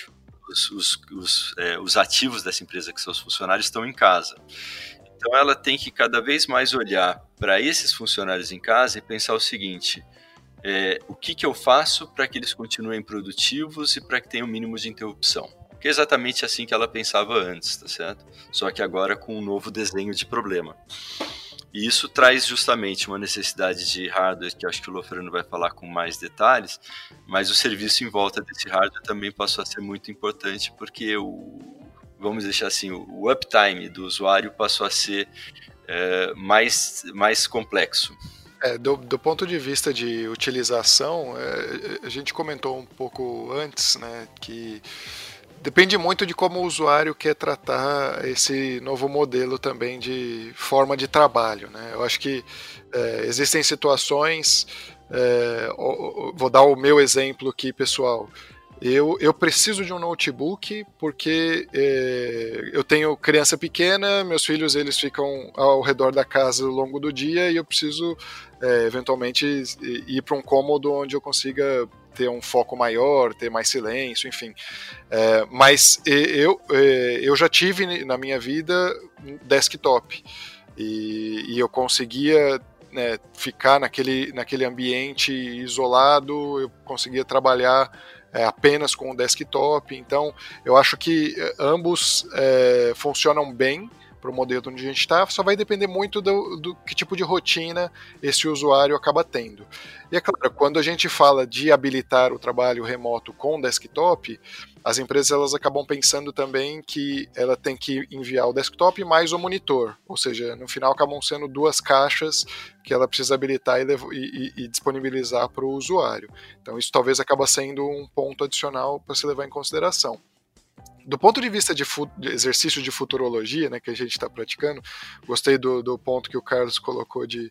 C: Os ativos dessa empresa, que são os funcionários, estão em casa. Então, ela tem que cada vez mais olhar para esses funcionários em casa e pensar o seguinte: o que eu faço para que eles continuem produtivos e para que tenha o mínimo de interrupção? que é exatamente assim que ela pensava antes, tá certo? Só que agora com um novo desenho de problema. E isso traz justamente uma necessidade de hardware, que eu acho que o Lofrano vai falar com mais detalhes, mas o serviço em volta desse hardware também passou a ser muito importante, porque vamos deixar assim, o uptime do usuário passou a ser mais complexo.
D: Do ponto de vista de utilização, a gente comentou um pouco antes, né, que depende muito de como o usuário quer tratar esse novo modelo também de forma de trabalho, né? Eu acho que existem situações, vou dar o meu exemplo aqui, pessoal. Eu preciso de um notebook porque eu tenho criança pequena, meus filhos eles ficam ao redor da casa ao longo do dia e eu preciso eventualmente ir para um cômodo onde eu consiga ter um foco maior, ter mais silêncio, enfim. Mas eu já tive na minha vida um desktop e eu conseguia, né, ficar naquele ambiente isolado, eu conseguia trabalhar apenas com o desktop. Então eu acho que ambos funcionam bem para o modelo onde a gente está, só vai depender muito do que tipo de rotina esse usuário acaba tendo. E é claro, quando a gente fala de habilitar o trabalho remoto com desktop, as empresas elas acabam pensando também que ela tem que enviar o desktop mais o monitor, ou seja, no final acabam sendo duas caixas que ela precisa habilitar e disponibilizar para o usuário. Então isso talvez acaba sendo um ponto adicional para se levar em consideração. Do ponto de vista de exercício de futurologia, né, que a gente está praticando, gostei do ponto que o Carlos colocou que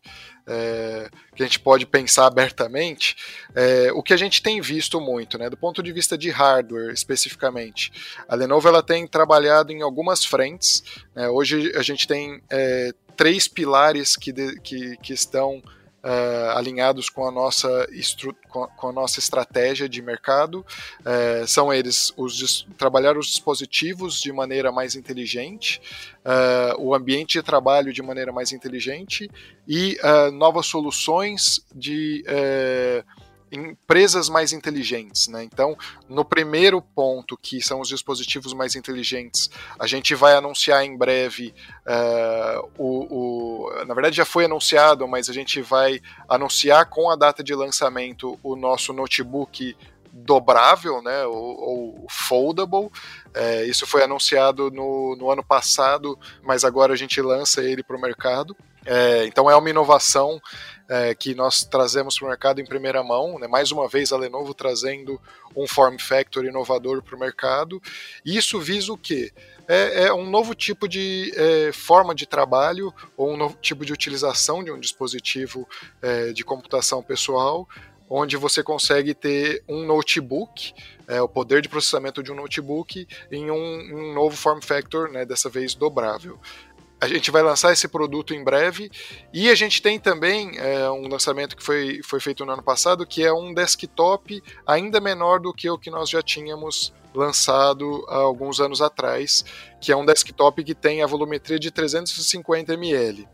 D: a gente pode pensar abertamente. O que a gente tem visto muito, né, do ponto de vista de hardware especificamente, a Lenovo ela tem trabalhado em algumas frentes. Hoje a gente tem 3 pilares que estão alinhados com a nossa estratégia de mercado. São eles trabalhar os dispositivos de maneira mais inteligente, o ambiente de trabalho de maneira mais inteligente e novas soluções de empresas mais inteligentes, né? Então, no primeiro ponto, que são os dispositivos mais inteligentes, a gente vai anunciar em breve, na verdade já foi anunciado, mas a gente vai anunciar com a data de lançamento o nosso notebook dobrável, né, ou foldable. Isso foi anunciado no ano passado, mas agora a gente lança ele para o mercado. Então é uma inovação que nós trazemos para o mercado em primeira mão, né? Mais uma vez a Lenovo trazendo um form factor inovador para o mercado. Isso visa o quê? É um novo tipo de forma de trabalho ou um novo tipo de utilização de um dispositivo de computação pessoal, onde você consegue ter um notebook, o poder de processamento de um notebook em um novo form factor, né, dessa vez dobrável. A gente vai lançar esse produto em breve e a gente tem também um lançamento que foi feito no ano passado, que é um desktop ainda menor do que o que nós já tínhamos lançado há alguns anos atrás, que é um desktop que tem a volumetria de 350 ml.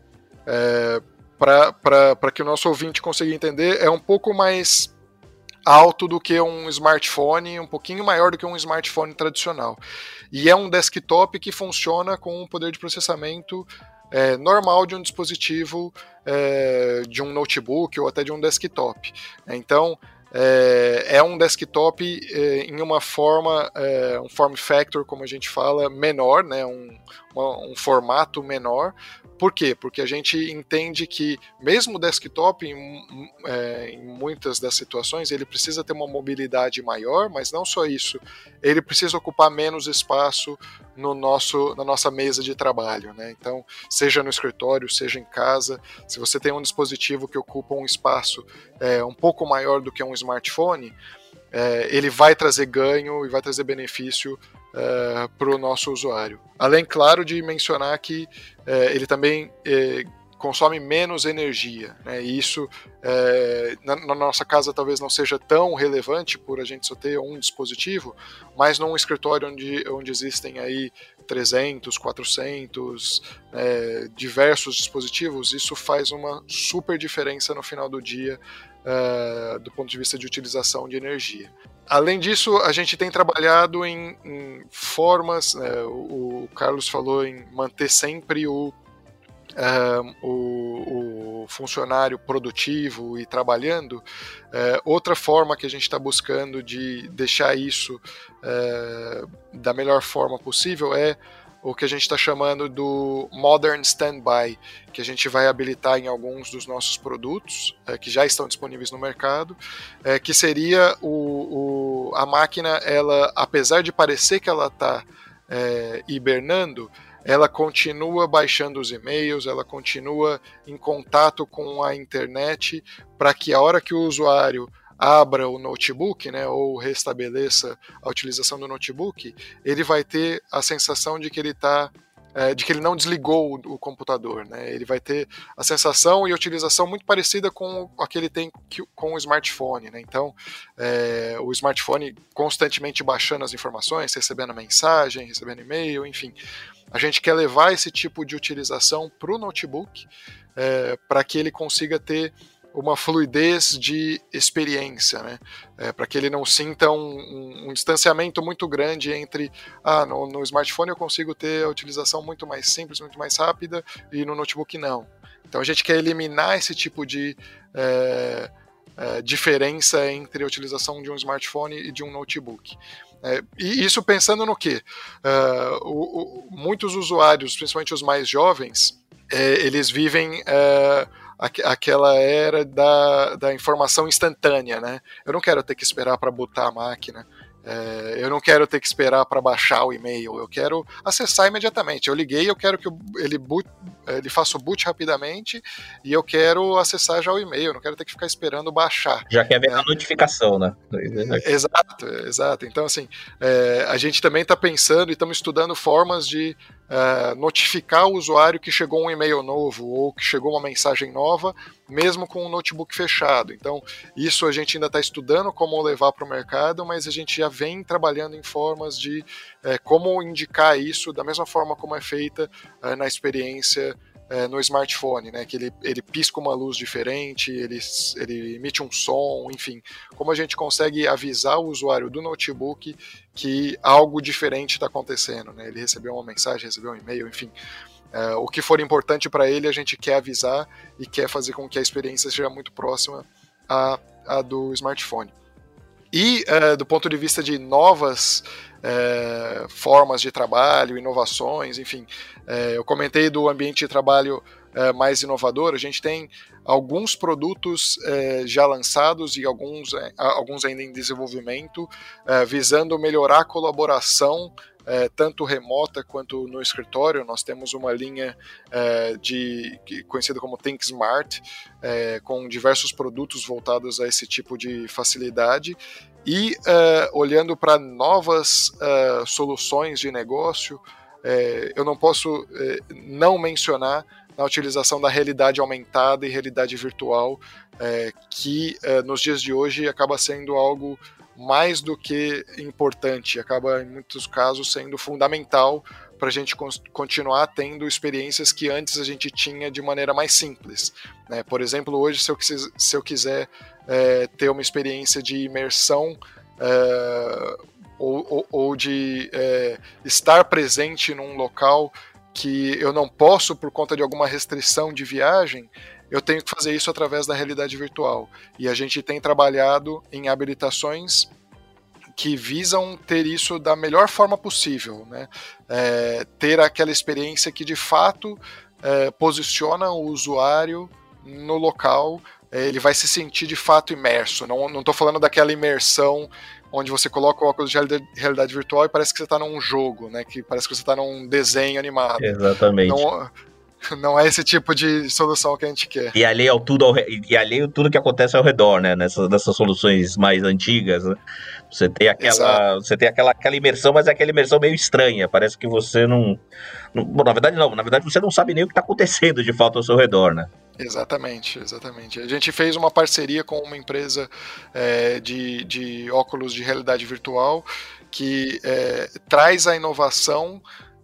D: Para que o nosso ouvinte consiga entender, é um pouco mais alto do que um smartphone, um pouquinho maior do que um smartphone tradicional. E é um desktop que funciona com um poder de processamento normal de um dispositivo, de um notebook ou até de um desktop. Então, é um desktop em uma forma, um form factor, como a gente fala, menor, né, um formato menor. Por quê? Porque a gente entende que mesmo o desktop, em muitas das situações, ele precisa ter uma mobilidade maior, mas não só isso, ele precisa ocupar menos espaço na nossa mesa de trabalho, né? Então, seja no escritório, seja em casa, se você tem um dispositivo que ocupa um espaço um pouco maior do que um smartphone, ele vai trazer ganho e vai trazer benefício para o nosso usuário. Além, claro, de mencionar que ele também consome menos energia, né? E isso na nossa casa talvez não seja tão relevante por a gente só ter um dispositivo, mas num escritório onde existem aí 300, 400, diversos dispositivos, isso faz uma super diferença no final do dia do ponto de vista de utilização de energia. Além disso, a gente tem trabalhado em formas, o Carlos falou em manter sempre o funcionário produtivo e trabalhando. Outra forma que a gente está buscando de deixar isso da melhor forma possível é o que a gente está chamando do Modern Standby, que a gente vai habilitar em alguns dos nossos produtos, que já estão disponíveis no mercado, que seria a máquina, ela, apesar de parecer que ela está hibernando, ela continua baixando os e-mails, ela continua em contato com a internet, para que a hora que o usuário abra o notebook, né, ou restabeleça a utilização do notebook, ele vai ter a sensação de que ele não desligou o computador, né? Ele vai ter a sensação e a utilização muito parecida com a que ele tem com o smartphone, né? Então, o smartphone constantemente baixando as informações, recebendo mensagem, recebendo e-mail, enfim. A gente quer levar esse tipo de utilização para o notebook, para que ele consiga ter uma fluidez de experiência, né? Para que ele não sinta um distanciamento muito grande entre no smartphone eu consigo ter a utilização muito mais simples, muito mais rápida, e no notebook não. Então a gente quer eliminar esse tipo de diferença entre a utilização de um smartphone e de um notebook. E isso pensando no quê? Muitos usuários, principalmente os mais jovens, eles vivem aquela era da informação instantânea, né? Eu não quero ter que esperar para botar a máquina, eu não quero ter que esperar para baixar o e-mail, eu quero acessar imediatamente. Eu liguei, eu quero que ele faça o boot rapidamente e eu quero acessar já o e-mail, eu não quero ter que ficar esperando baixar.
B: Já quer ver a notificação, né?
D: Exato. Então, assim, a gente também está pensando e estamos estudando formas de notificar o usuário que chegou um e-mail novo ou que chegou uma mensagem nova, mesmo com o notebook fechado. Então, isso a gente ainda está estudando como levar para o mercado, mas a gente já vem trabalhando em formas de como indicar isso da mesma forma como é feita na experiência no smartphone, né? Que ele pisca uma luz diferente, ele emite um som, enfim. Como a gente consegue avisar o usuário do notebook que algo diferente está acontecendo, né? Ele recebeu uma mensagem, recebeu um e-mail, enfim. O que for importante para ele, a gente quer avisar e quer fazer com que a experiência seja muito próxima à do smartphone. E do ponto de vista de novas formas de trabalho, inovações, enfim, eu comentei do ambiente de trabalho mais inovador. A gente tem alguns produtos já lançados e alguns ainda em desenvolvimento, visando melhorar a colaboração tanto remota quanto no escritório. Nós temos uma linha conhecida como Think Smart, com diversos produtos voltados a esse tipo de facilidade. E olhando para novas soluções de negócio, eu não posso não mencionar na utilização da realidade aumentada e realidade virtual, que nos dias de hoje acaba sendo algo mais do que importante, acaba em muitos casos sendo fundamental para a gente continuar tendo experiências que antes a gente tinha de maneira mais simples, né? Por exemplo, hoje se eu quiser ter uma experiência de imersão ou de estar presente num local que eu não posso por conta de alguma restrição de viagem, eu tenho que fazer isso através da realidade virtual. E a gente tem trabalhado em habilitações que visam ter isso da melhor forma possível, né? Ter aquela experiência que de fato posiciona o usuário no local, ele vai se sentir de fato imerso. Não estou falando daquela imersão onde você coloca o óculos de realidade virtual e parece que você está num jogo, né? Que parece que você está num desenho animado.
B: Exatamente.
D: Não é esse tipo de solução que a gente quer.
B: E alheio tudo que acontece ao redor, né? Nessas soluções mais antigas, né? Você tem aquela imersão, mas é aquela imersão meio estranha. Parece que você não... Bom, na verdade você não sabe nem o que está acontecendo de fato ao seu redor, né?
D: Exatamente. A gente fez uma parceria com uma empresa de óculos de realidade virtual que traz a inovação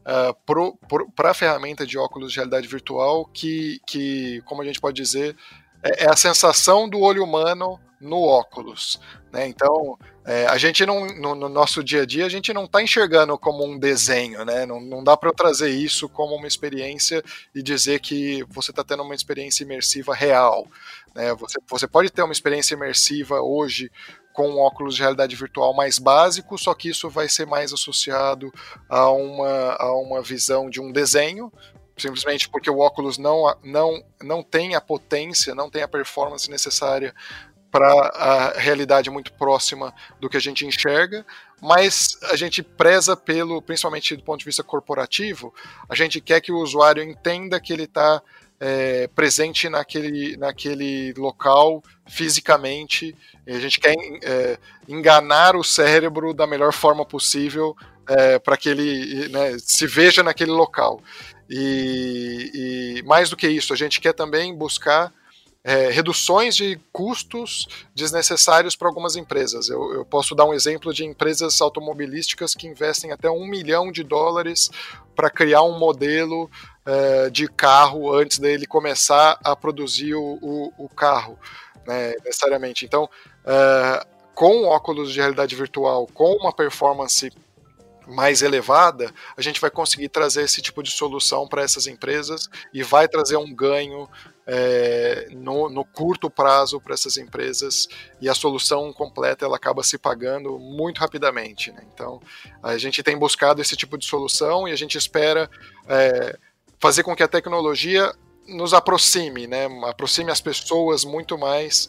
D: para a ferramenta de óculos de realidade virtual que, como a gente pode dizer, é a sensação do olho humano no óculos, né? Então, a gente não, no nosso dia a dia, a gente não está enxergando como um desenho, né? Não dá para eu trazer isso como uma experiência e dizer que você está tendo uma experiência imersiva real, né? Você pode ter uma experiência imersiva hoje com um óculos de realidade virtual mais básico, só que isso vai ser mais associado a uma visão de um desenho, simplesmente porque o óculos não tem a potência, não tem a performance necessária para a realidade muito próxima do que a gente enxerga, mas a gente preza principalmente do ponto de vista corporativo, a gente quer que o usuário entenda que ele está presente naquele local fisicamente, e a gente quer enganar o cérebro da melhor forma possível para que ele, né, se veja naquele local. E mais do que isso, a gente quer também buscar reduções de custos desnecessários para algumas empresas. Eu posso dar um exemplo de empresas automobilísticas que investem até $1 milhão para criar um modelo de carro antes dele começar a produzir o carro, né, necessariamente. Então, com óculos de realidade virtual, com uma performance mais elevada, a gente vai conseguir trazer esse tipo de solução para essas empresas e vai trazer um ganho no curto prazo para essas empresas, e a solução completa ela acaba se pagando muito rapidamente, né? Então a gente tem buscado esse tipo de solução e a gente espera fazer com que a tecnologia nos aproxime, né? Aproxime as pessoas muito mais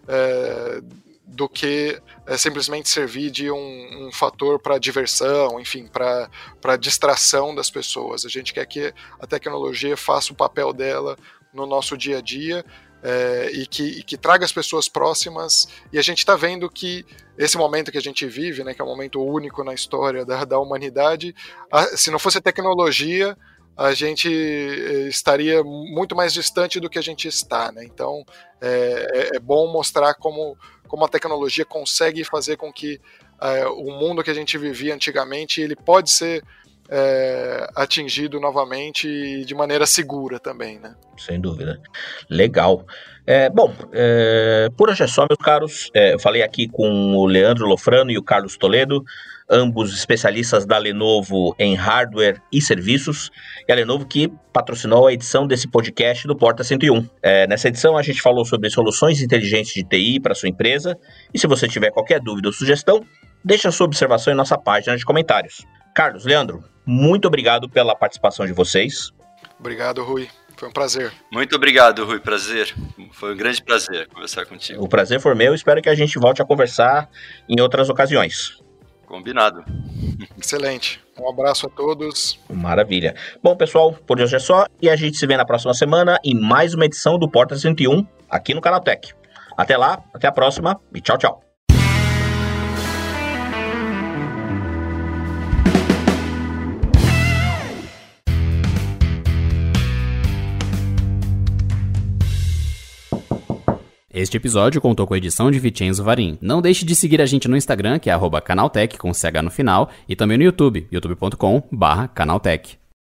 D: do que simplesmente servir de um fator para diversão, enfim, para distração das pessoas. A gente quer que a tecnologia faça o papel dela no nosso dia a dia e que traga as pessoas próximas, e a gente está vendo que esse momento que a gente vive, né, que é um momento único na história da humanidade, se não fosse a tecnologia, a gente estaria muito mais distante do que a gente está, né? Então é bom mostrar como a tecnologia consegue fazer com que o mundo que a gente vivia antigamente, ele pode ser atingido novamente e de maneira segura também, né?
B: Sem dúvida. Legal. Por hoje é só, meus caros. Eu falei aqui com o Leandro Lofrano e o Carlos Toledo, ambos especialistas da Lenovo em hardware e serviços, e a Lenovo que patrocinou a edição desse podcast do Porta 101. Nessa edição a gente falou sobre soluções inteligentes de TI para sua empresa, e se você tiver qualquer dúvida ou sugestão, deixa a sua observação em nossa página de comentários. Carlos, Leandro, muito obrigado pela participação de vocês.
D: Obrigado, Rui. Foi um prazer.
C: Muito obrigado, Rui. Prazer. Foi um grande prazer conversar contigo.
B: O prazer foi meu. Espero que a gente volte a conversar em outras ocasiões.
C: Combinado.
D: Excelente. Um abraço a todos.
B: Maravilha. Bom, pessoal, por hoje é só. E a gente se vê na próxima semana em mais uma edição do Porta 101 aqui no Canaltech. Até lá, até a próxima e tchau, tchau.
A: Este episódio contou com a edição de Vicenzo Varim. Não deixe de seguir a gente no Instagram, que é @canaltech, com CH no final, e também no YouTube, youtube.com/canaltech.